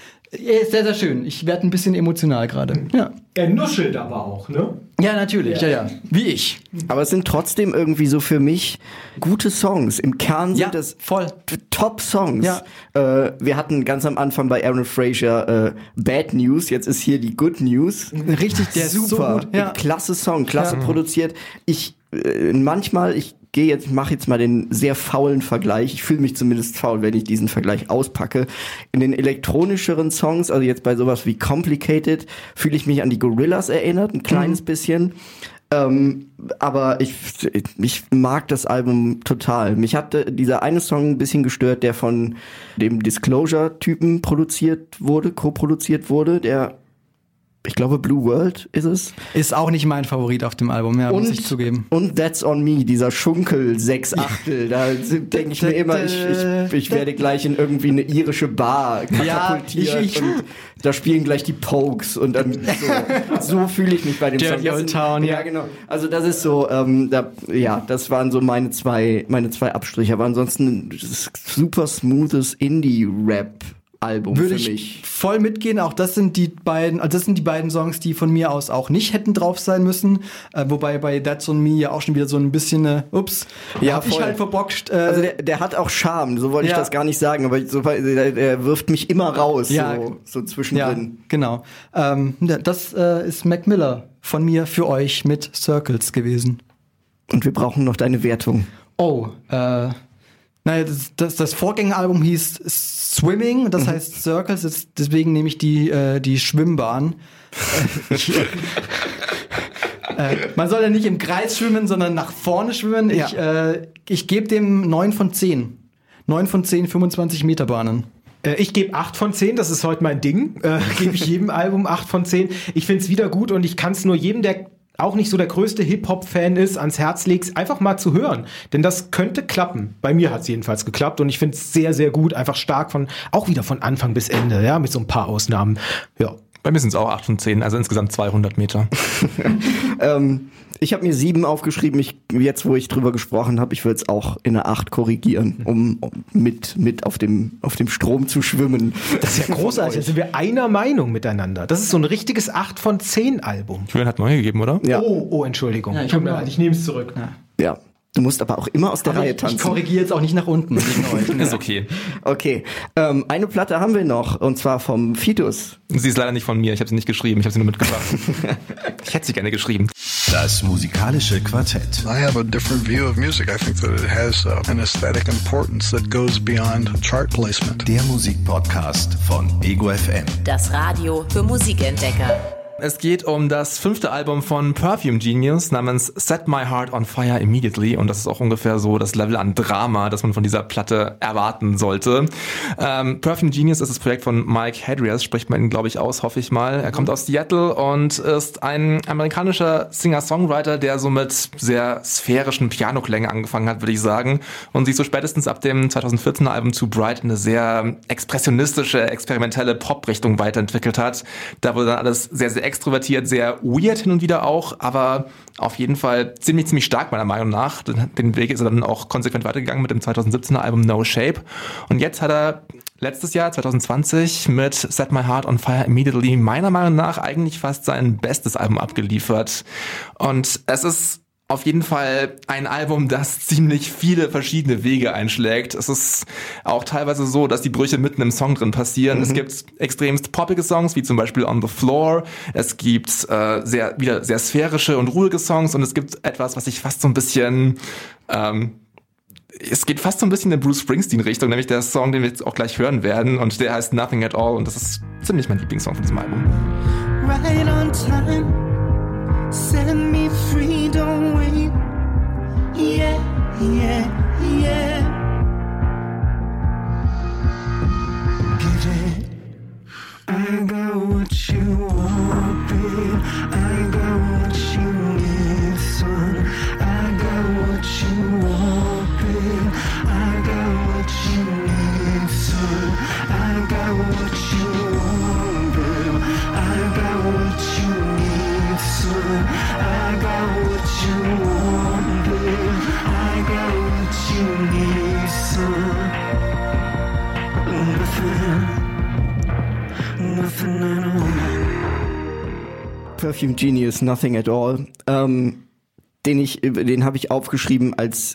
sehr, sehr schön. Ich werde ein bisschen emotional gerade. Ja. Er nuschelt aber auch, ne? Ja, natürlich. Ja, ja. ja. Wie ich. Aber es sind trotzdem irgendwie so für mich gute Songs. Im Kern sind ja, das voll. Top-Songs. Ja. Äh, wir hatten ganz am Anfang bei Aaron Frazier äh, Bad News. Jetzt ist hier die Good News. Richtig, der ist super. So gut. Ja. Klasse Song, klasse ja. produziert. Ich äh, manchmal, ich gehe jetzt, ich mache jetzt mal den sehr faulen Vergleich. Ich fühle mich zumindest faul, wenn ich diesen Vergleich auspacke. In den elektronischeren Songs, also jetzt bei sowas wie Complicated, fühle ich mich an die Gorillaz erinnert, ein kleines mhm. bisschen. Ähm, aber ich, ich mag das Album total. Mich hatte dieser eine Song ein bisschen gestört, der von dem Disclosure-Typen produziert wurde, co-produziert wurde, der ich glaube, Blue World ist es. Ist auch nicht mein Favorit auf dem Album, ja, und, muss ich zugeben. Und That's On Me, dieser Schunkel sechs Achtel. Da denke ich mir immer, ich, ich, ich werde gleich in irgendwie eine irische Bar katapultiert. Ja, ich, ich, und da spielen gleich die Pokes. Und dann so, so fühle ich mich bei dem Dirty Song. Old Town, ja, genau. Also das ist so, ähm, da, ja, das waren so meine zwei, meine zwei Abstriche. Aber ansonsten super smoothes Indie-Rap. Album Würde für ich mich. voll mitgehen. Auch das sind die beiden, also das sind die beiden Songs, die von mir aus auch nicht hätten drauf sein müssen. Äh, wobei bei That's On Me ja auch schon wieder so ein bisschen, äh, ups, ja, hab ich halt verbockt. Äh, also der, der hat auch Charme, so wollte ja. ich das gar nicht sagen, aber so, der, der wirft mich immer raus, ja, so, so zwischendrin. Ja, genau. Ähm, das äh, ist Mac Miller von mir für euch mit Circles gewesen. Und wir brauchen noch deine Wertung. Oh, äh, naja, das, das, das Vorgängeralbum hieß Swimming, das mhm. heißt Circles, jetzt, deswegen nehme ich die, äh, die Schwimmbahn. äh, man soll ja nicht im Kreis schwimmen, sondern nach vorne schwimmen. Ja. Ich, äh, ich gebe dem neun von zehn. neun von zehn, fünfundzwanzig Meter Bahnen. Ich gebe acht von zehn, das ist heute mein Ding. Äh, gebe ich jedem Album acht von zehn. Ich finde es wieder gut und ich kann es nur jedem, der auch nicht so der größte Hip-Hop-Fan ist, ans Herz legst, einfach mal zu hören. Denn das könnte klappen. Bei mir hat es jedenfalls geklappt und ich finde es sehr, sehr gut. Einfach stark von, auch wieder von Anfang bis Ende, ja, mit so ein paar Ausnahmen. Ja. Bei mir sind es auch acht von zehn, also insgesamt zweihundert Meter. ähm, ich habe mir sieben aufgeschrieben. Ich, jetzt, wo ich drüber gesprochen habe, ich würde es auch in eine acht korrigieren, um, um mit, mit auf dem, auf dem Strom zu schwimmen. Das ist ja großartig. Da sind wir einer Meinung miteinander. Das ist so ein richtiges acht von zehn Album. Julian hat neu gegeben, oder? Ja. Oh, oh, Entschuldigung. Ja, ich, ich nehme es zurück. Ja. ja. Du musst aber auch immer aus der aber Reihe ich, tanzen. Ich korrigiere jetzt auch nicht nach unten. Ist okay. Okay, ähm, eine Platte haben wir noch, und zwar vom Fetus. Sie ist leider nicht von mir, ich habe sie nicht geschrieben, ich habe sie nur mitgebracht. Ich hätte sie gerne geschrieben. Das musikalische Quartett. I have a different view of music. I think that it has uh, an aesthetic importance that goes beyond chart placement. Der Musikpodcast von Ego F M. Das Radio für Musikentdecker. Es geht um das fünfte Album von Perfume Genius namens Set My Heart on Fire Immediately, und das ist auch ungefähr so das Level an Drama, das man von dieser Platte erwarten sollte. Ähm, Perfume Genius ist das Projekt von Mike Hadrias, spricht man ihn, glaube ich, aus, hoffe ich mal. Er kommt aus Seattle und ist ein amerikanischer Singer-Songwriter, der so mit sehr sphärischen Pianoklängen angefangen hat, würde ich sagen, und sich so spätestens ab dem zweitausendvierzehner Album Too Bright eine sehr expressionistische, experimentelle Pop-Richtung weiterentwickelt hat. Da wurde dann alles sehr, sehr extrovertiert, sehr weird hin und wieder auch, aber auf jeden Fall ziemlich, ziemlich stark meiner Meinung nach. Den Weg ist er dann auch konsequent weitergegangen mit dem zweitausendsiebzehner Album No Shape. Und jetzt hat er letztes Jahr, zwanzig zwanzig, mit Set My Heart on Fire Immediately meiner Meinung nach eigentlich fast sein bestes Album abgeliefert. Und es ist auf jeden Fall ein Album, das ziemlich viele verschiedene Wege einschlägt. Es ist auch teilweise so, dass die Brüche mitten im Song drin passieren. Mhm. Es gibt extremst poppige Songs, wie zum Beispiel On the Floor. Es gibt äh, sehr wieder sehr sphärische und ruhige Songs, und es gibt etwas, was ich fast so ein bisschen ähm, es geht fast so ein bisschen in Bruce Springsteen-Richtung, nämlich der Song, den wir jetzt auch gleich hören werden, und der heißt Nothing at All, und das ist ziemlich mein Lieblingssong von diesem Album. Right on time, set me free, don't wait. Yeah, yeah, yeah. Get it. I got what you want, babe. I got what you need, son. I got what you want, babe. I got what you need, son. I got what you want, babe. I got what you need, son. I got what you want, babe. I got what you need, son. Nothing, nothing at all. Perfume Genius, Nothing at All. Ähm, den ich, den habe ich aufgeschrieben als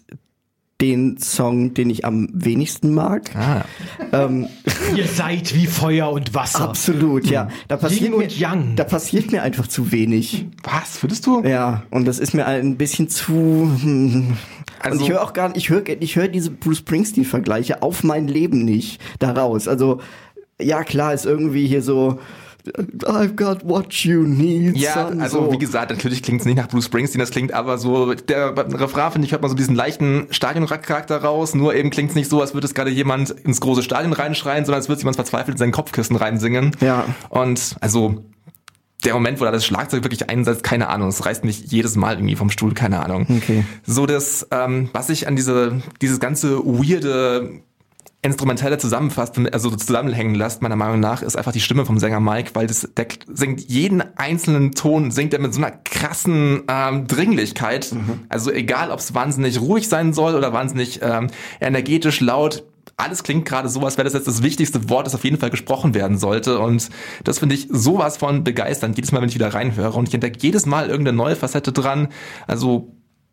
den Song, den ich am wenigsten mag. Ah. Ähm, Ihr seid wie Feuer und Wasser. Absolut, ja. Da passiert Yin und mir, Yang. Da passiert mir einfach zu wenig. Was, findest du? Ja, und das ist mir ein bisschen zu... Hm. Also, und ich höre auch gar nicht, ich höre ich höre diese Bruce Springsteen-Vergleiche auf mein Leben nicht daraus. Also, ja klar, ist irgendwie hier so... I've got what you need. Ja, son, also so. wie gesagt, natürlich klingt es nicht nach Bruce Springsteen, das klingt aber so, der Refrain, finde ich, hört man so diesen leichten Stadionrock-Charakter raus, nur eben klingt es nicht so, als würde es gerade jemand ins große Stadion reinschreien, sondern als würde jemand verzweifelt in seinen Kopfkissen reinsingen. Ja. Und also der Moment, wo da das Schlagzeug wirklich einsetzt, keine Ahnung, es reißt mich jedes Mal irgendwie vom Stuhl, keine Ahnung. Okay. So das, ähm, was ich an diese, dieses ganze weirde Instrumentelle zusammenfasst, also zusammenhängen lässt, meiner Meinung nach, ist einfach die Stimme vom Sänger Mike, weil das, der singt jeden einzelnen Ton, singt er mit so einer krassen ähm, Dringlichkeit. Mhm. Also egal, ob es wahnsinnig ruhig sein soll oder wahnsinnig ähm, energetisch laut, alles klingt gerade so, als wäre das jetzt das wichtigste Wort, das auf jeden Fall gesprochen werden sollte, und das finde ich sowas von begeisternd, jedes Mal, wenn ich wieder reinhöre, und ich entdecke jedes Mal irgendeine neue Facette dran. Also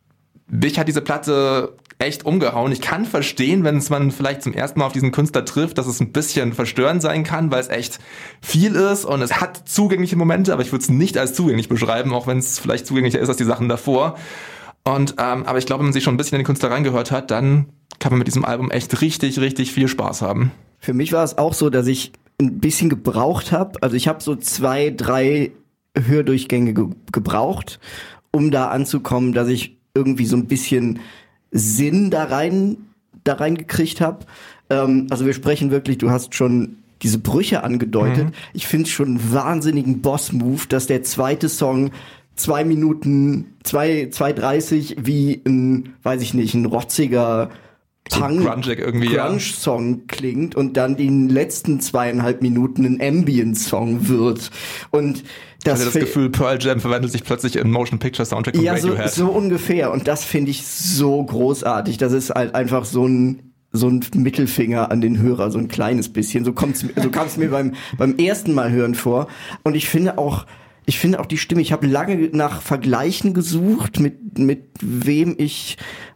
mich hat diese Platte echt umgehauen. Ich kann verstehen, wenn es man vielleicht zum ersten Mal auf diesen Künstler trifft, dass es ein bisschen verstörend sein kann, weil es echt viel ist und es hat zugängliche Momente, aber ich würde es nicht als zugänglich beschreiben, auch wenn es vielleicht zugänglicher ist als die Sachen davor. Und ähm, aber ich glaube, wenn man sich schon ein bisschen in den Künstler reingehört hat, dann kann man mit diesem Album echt richtig, richtig viel Spaß haben. Für mich war es auch so, dass ich ein bisschen gebraucht habe. Also ich habe so zwei, drei Hördurchgänge ge- gebraucht, um da anzukommen, dass ich irgendwie so ein bisschen Sinn da rein da reingekriegt habe. Ähm, also wir sprechen wirklich, du hast schon diese Brüche angedeutet. Mhm. Ich finde es schon einen wahnsinnigen Boss-Move, dass der zweite Song zwei Minuten, zwei, zwei dreißig wie ein, weiß ich nicht, ein rotziger Punk, so grungig irgendwie, Grunge-Song ja. klingt und dann die letzten zweieinhalb Minuten ein Ambient-Song wird. Und das ich hatte das Gefühl, Pearl Jam verwandelt sich plötzlich in Motion Picture Soundtrack von ja, Radiohead. So, so ungefähr. Und das finde ich so großartig. Das ist halt einfach so ein so ein Mittelfinger an den Hörer, so ein kleines bisschen. So kommt's, so kam es mir beim beim ersten Mal hören vor. Und ich finde auch Ich finde auch die Stimme, ich habe lange nach Vergleichen gesucht, mit mit wem ich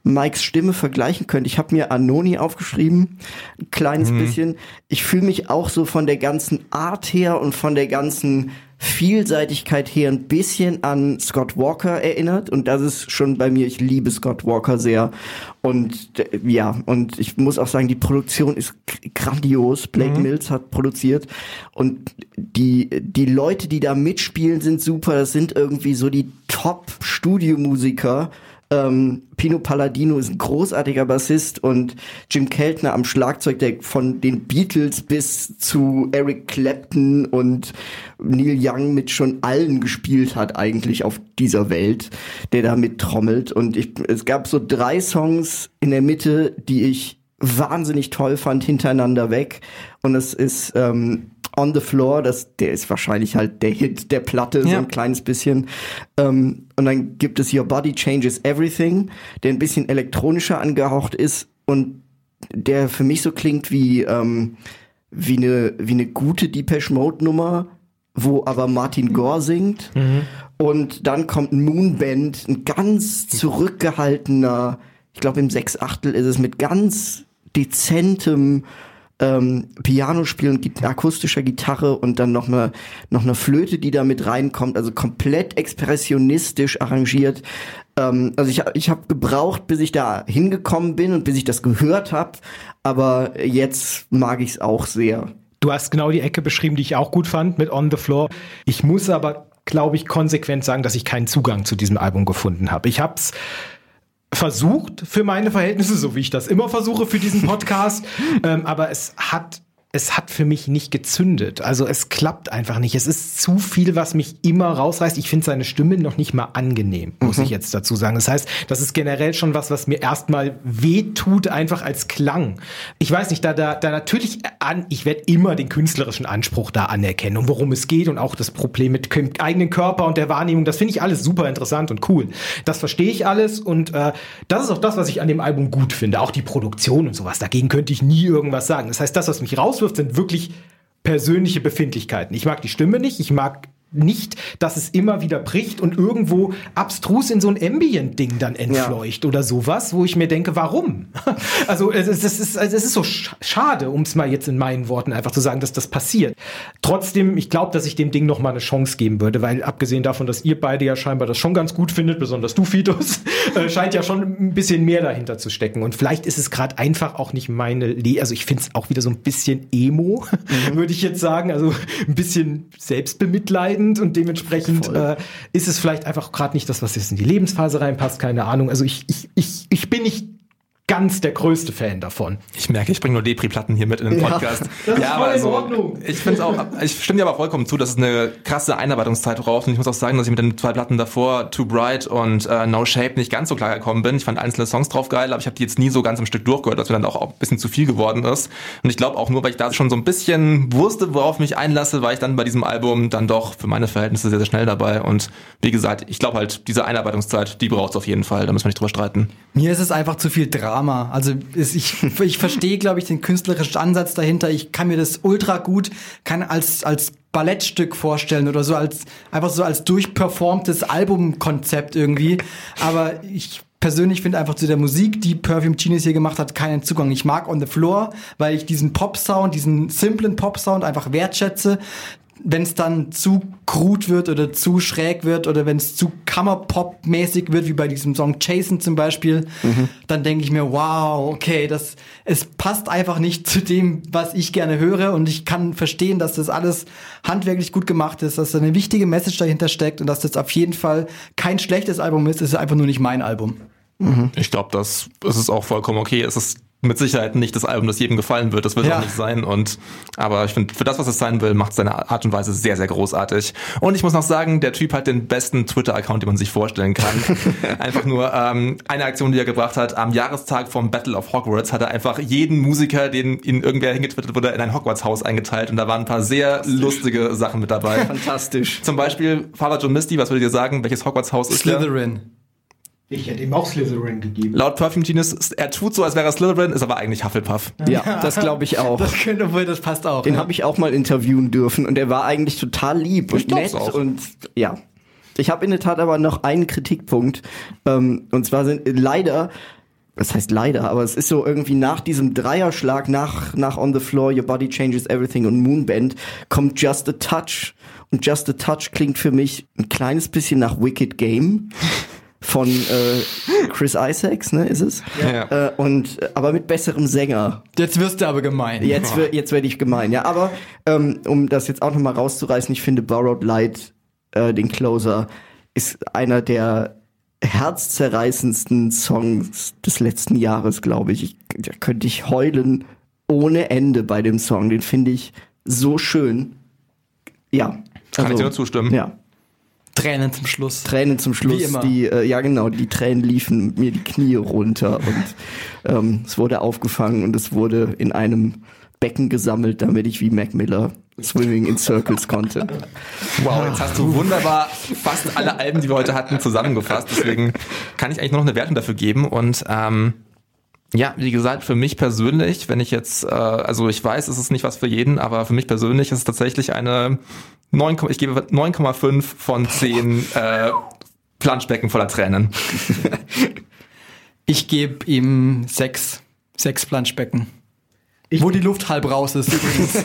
Mikes Stimme vergleichen könnte. Ich habe mir Anoni aufgeschrieben, ein kleines mhm. bisschen. Ich fühle mich auch so von der ganzen Art her und von der ganzen Vielseitigkeit her ein bisschen an Scott Walker erinnert, und das ist schon bei mir, ich liebe Scott Walker sehr, und ja, und ich muss auch sagen, die Produktion ist grandios. Blake mhm. Mills hat produziert, und die die Leute, die da mitspielen, sind super. Das sind irgendwie so die Top-Studiomusiker. Ähm, Pino Palladino ist ein großartiger Bassist, und Jim Keltner am Schlagzeug, der von den Beatles bis zu Eric Clapton und Neil Young mit schon allen gespielt hat eigentlich auf dieser Welt, der da mittrommelt. Und ich, es gab so drei Songs in der Mitte, die ich wahnsinnig toll fand, hintereinander weg, und es ist ähm, On the Floor, das, der ist wahrscheinlich halt der Hit der Platte, ja. so ein kleines bisschen. Ähm, und dann gibt es Your Body Changes Everything, der ein bisschen elektronischer angehaucht ist und der für mich so klingt wie ähm, wie eine wie eine gute Depeche Mode Nummer, wo aber Martin Gore singt. Mhm. Und dann kommt Moonband, ein ganz zurückgehaltener, ich glaube im Sechsachtel ist es, mit ganz dezentem Ähm, Piano spielen, git- akustischer Gitarre und dann noch eine noch eine Flöte, die da mit reinkommt, also komplett expressionistisch arrangiert. Ähm, also ich ich habe gebraucht, bis ich da hingekommen bin und bis ich das gehört habe, aber jetzt mag ich es auch sehr. Du hast genau die Ecke beschrieben, die ich auch gut fand mit On the Floor. Ich muss aber, glaube ich, konsequent sagen, dass ich keinen Zugang zu diesem Album gefunden habe. Ich hab's versucht für meine Verhältnisse, so wie ich das immer versuche für diesen Podcast, ähm, aber es hat es hat für mich nicht gezündet. Also es klappt einfach nicht. Es ist zu viel, was mich immer rausreißt. Ich finde seine Stimme noch nicht mal angenehm, muss mhm. ich jetzt dazu sagen. Das heißt, das ist generell schon was, was mir erstmal wehtut, einfach als Klang. Ich weiß nicht, da da, da natürlich an, ich werde immer den künstlerischen Anspruch da anerkennen und worum es geht und auch das Problem mit dem eigenen Körper und der Wahrnehmung. Das finde ich alles super interessant und cool. Das verstehe ich alles, und äh, das ist auch das, was ich an dem Album gut finde. Auch die Produktion und sowas. Dagegen könnte ich nie irgendwas sagen. Das heißt, das, was mich rauswirft, sind wirklich persönliche Befindlichkeiten. Ich mag die Stimme nicht, ich mag nicht, dass es immer wieder bricht und irgendwo abstrus in so ein Ambient-Ding dann entfleucht ja. oder sowas, wo ich mir denke, warum? Also es ist, es ist, es ist so schade, um es mal jetzt in meinen Worten einfach zu sagen, dass das passiert. Trotzdem, ich glaube, dass ich dem Ding noch mal eine Chance geben würde, weil abgesehen davon, dass ihr beide ja scheinbar das schon ganz gut findet, besonders du, Fitus, äh, scheint ja schon ein bisschen mehr dahinter zu stecken. Und vielleicht ist es gerade einfach auch nicht meine, Le- also ich finde es auch wieder so ein bisschen Emo, mhm. würde ich jetzt sagen, also ein bisschen Selbstbemitleid. Und dementsprechend äh, ist es vielleicht einfach gerade nicht das, was jetzt in die Lebensphase reinpasst, keine Ahnung. Also ich, ich, ich, ich bin nicht ganz der größte Fan davon. Ich merke, ich bringe nur Depri-Platten hier mit in den Podcast. Ja, das ja, ist aber voll also, in Ordnung. Ich finde auch, ich stimme dir aber vollkommen zu, dass es eine krasse Einarbeitungszeit braucht. Und ich muss auch sagen, dass ich mit den zwei Platten davor, Too Bright und äh, No Shape, nicht ganz so klar gekommen bin. Ich fand einzelne Songs drauf geil, aber ich habe die jetzt nie so ganz im Stück durchgehört, dass mir dann auch ein bisschen zu viel geworden ist. Und ich glaube auch nur, weil ich da schon so ein bisschen wusste, worauf ich mich einlasse, war ich dann bei diesem Album dann doch für meine Verhältnisse sehr, sehr schnell dabei. Und wie gesagt, ich glaube halt, diese Einarbeitungszeit, die braucht es auf jeden Fall. Da müssen wir nicht drüber streiten. Mir ist es einfach zu viel Drama. Also ich, ich verstehe, glaube ich, den künstlerischen Ansatz dahinter. Ich kann mir das ultra gut kann als als Ballettstück vorstellen oder so als einfach so als durchperformtes Albumkonzept irgendwie. Aber ich persönlich finde einfach zu der Musik, die Perfume Genius hier gemacht hat, keinen Zugang. Ich mag On the Floor, weil ich diesen Pop-Sound, diesen simplen Pop-Sound einfach wertschätze. Wenn es dann zu krud wird oder zu schräg wird oder wenn es zu Kammerpop-mäßig wird, wie bei diesem Song Jason zum Beispiel, mhm. dann denke ich mir, wow, okay, das es passt einfach nicht zu dem, was ich gerne höre, und ich kann verstehen, dass das alles handwerklich gut gemacht ist, dass da eine wichtige Message dahinter steckt und dass das auf jeden Fall kein schlechtes Album ist, es ist einfach nur nicht mein Album. Mhm. Ich glaube, das, das ist auch vollkommen okay. Es ist mit Sicherheit nicht das Album, das jedem gefallen wird. Das wird ja auch nicht sein. Und aber ich finde, für das, was es sein will, macht seine Art und Weise sehr, sehr großartig. Und ich muss noch sagen, der Typ hat den besten Twitter-Account, den man sich vorstellen kann. Einfach nur ähm, eine Aktion, die er gebracht hat. Am Jahrestag vom Battle of Hogwarts hat er einfach jeden Musiker, den ihn irgendwer hingetwittert wurde, in ein Hogwarts-Haus eingeteilt. Und da waren ein paar sehr lustige Sachen mit dabei. Fantastisch. Zum Beispiel Father John Misty, was würdet ihr sagen? Welches Hogwarts-Haus ist der? Slytherin. Ich hätte ihm auch Slytherin gegeben. Laut Perfume Genius, er tut so, als wäre er Slytherin, ist aber eigentlich Hufflepuff. Ja, das glaube ich auch. Das könnte wohl, das passt auch. Den ja. habe ich auch mal interviewen dürfen, und er war eigentlich total lieb ich und nett auch. und ja. Ich habe in der Tat aber noch einen Kritikpunkt, ähm, und zwar sind leider das heißt leider, aber es ist so irgendwie nach diesem Dreierschlag, nach, nach On the Floor, Your Body Changes Everything und Moonbend, kommt Just a Touch. Und Just a Touch klingt für mich ein kleines bisschen nach Wicked Game von äh, Chris Isaacs, ne, ist es? Ja. Äh, und, aber mit besserem Sänger. Jetzt wirst du aber gemein. Jetzt, wir, jetzt werde ich gemein, ja. Aber ähm, um das jetzt auch nochmal rauszureißen, ich finde Borrowed Light, äh, den Closer, ist einer der herzzerreißendsten Songs des letzten Jahres, glaube ich. ich. Da könnte ich heulen ohne Ende bei dem Song. Den finde ich so schön. Ja. Kann also, ich dir nur zustimmen. Ja. Tränen zum Schluss. Tränen zum Schluss. Wie immer. Die, äh, ja genau, die Tränen liefen mir die Knie runter und ähm, es wurde aufgefangen und es wurde in einem Becken gesammelt, damit ich wie Mac Miller Swimming in Circles konnte. Wow, jetzt hast du wunderbar fast alle Alben, die wir heute hatten, zusammengefasst. Deswegen kann ich eigentlich nur noch eine Wertung dafür geben. Und ähm, ja, wie gesagt, für mich persönlich, wenn ich jetzt, äh, also ich weiß, es ist nicht was für jeden, aber für mich persönlich ist es tatsächlich eine neun, ich gebe neun Komma fünf von zehn äh, Planschbecken voller Tränen. Ich gebe ihm sechs, sechs Planschbecken. Ich Wo die Luft halb raus ist übrigens.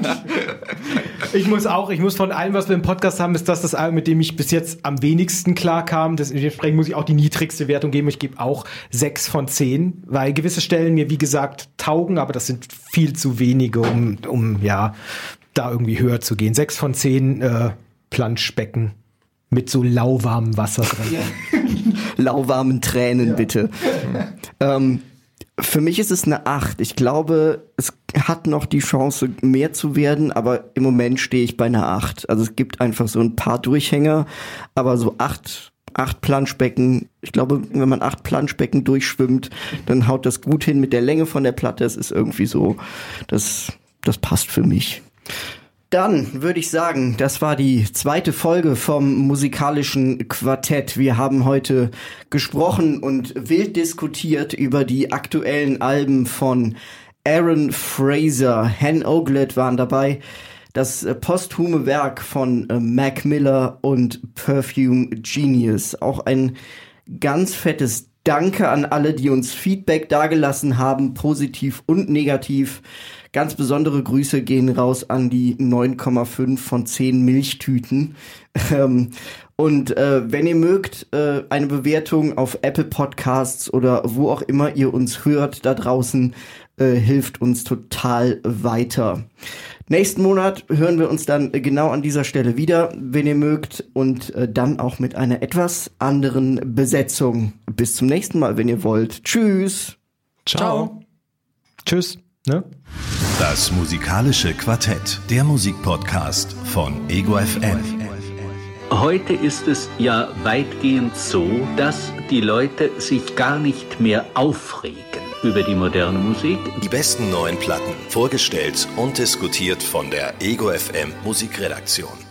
Ich muss auch, ich muss von allem, was wir im Podcast haben, ist das das Album, mit dem ich bis jetzt am wenigsten klarkam. Dementsprechend muss ich auch die niedrigste Wertung geben. Ich gebe auch sechs von zehn, weil gewisse Stellen mir, wie gesagt, taugen, aber das sind viel zu wenige, um, um ja, da irgendwie höher zu gehen. sechs von zehn äh, Planschbecken mit so lauwarmem Wasser drin. Ja. Lauwarmen Tränen, ja. Bitte. ähm, Für mich ist es eine acht. Ich glaube, es hat noch die Chance, mehr zu werden, aber im Moment stehe ich bei einer acht. Also es gibt einfach so ein paar Durchhänger, aber so acht, acht Planschbecken. Ich glaube, wenn man acht Planschbecken durchschwimmt, dann haut das gut hin mit der Länge von der Platte. Es ist irgendwie so, das, das passt für mich. Dann würde ich sagen, das war die zweite Folge vom musikalischen Quartett. Wir haben heute gesprochen und wild diskutiert über die aktuellen Alben von Aaron Fraser. Han Oglett waren dabei. Das äh, posthume Werk von äh, Mac Miller und Perfume Genius. Auch ein ganz fettes Danke an alle, die uns Feedback dagelassen haben, positiv und negativ. Ganz besondere Grüße gehen raus an die neun Komma fünf von zehn Milchtüten. Ähm, und äh, wenn ihr mögt, äh, eine Bewertung auf Apple Podcasts oder wo auch immer ihr uns hört da draußen, äh, hilft uns total weiter. Nächsten Monat hören wir uns dann genau an dieser Stelle wieder, wenn ihr mögt, und äh, dann auch mit einer etwas anderen Besetzung. Bis zum nächsten Mal, wenn ihr wollt. Tschüss. Ciao. Tschüss. Ne? Das musikalische Quartett, der Musikpodcast von Ego F M. Heute ist es ja weitgehend so, dass die Leute sich gar nicht mehr aufregen über die moderne Musik. Die besten neuen Platten, vorgestellt und diskutiert von der Ego F M Musikredaktion.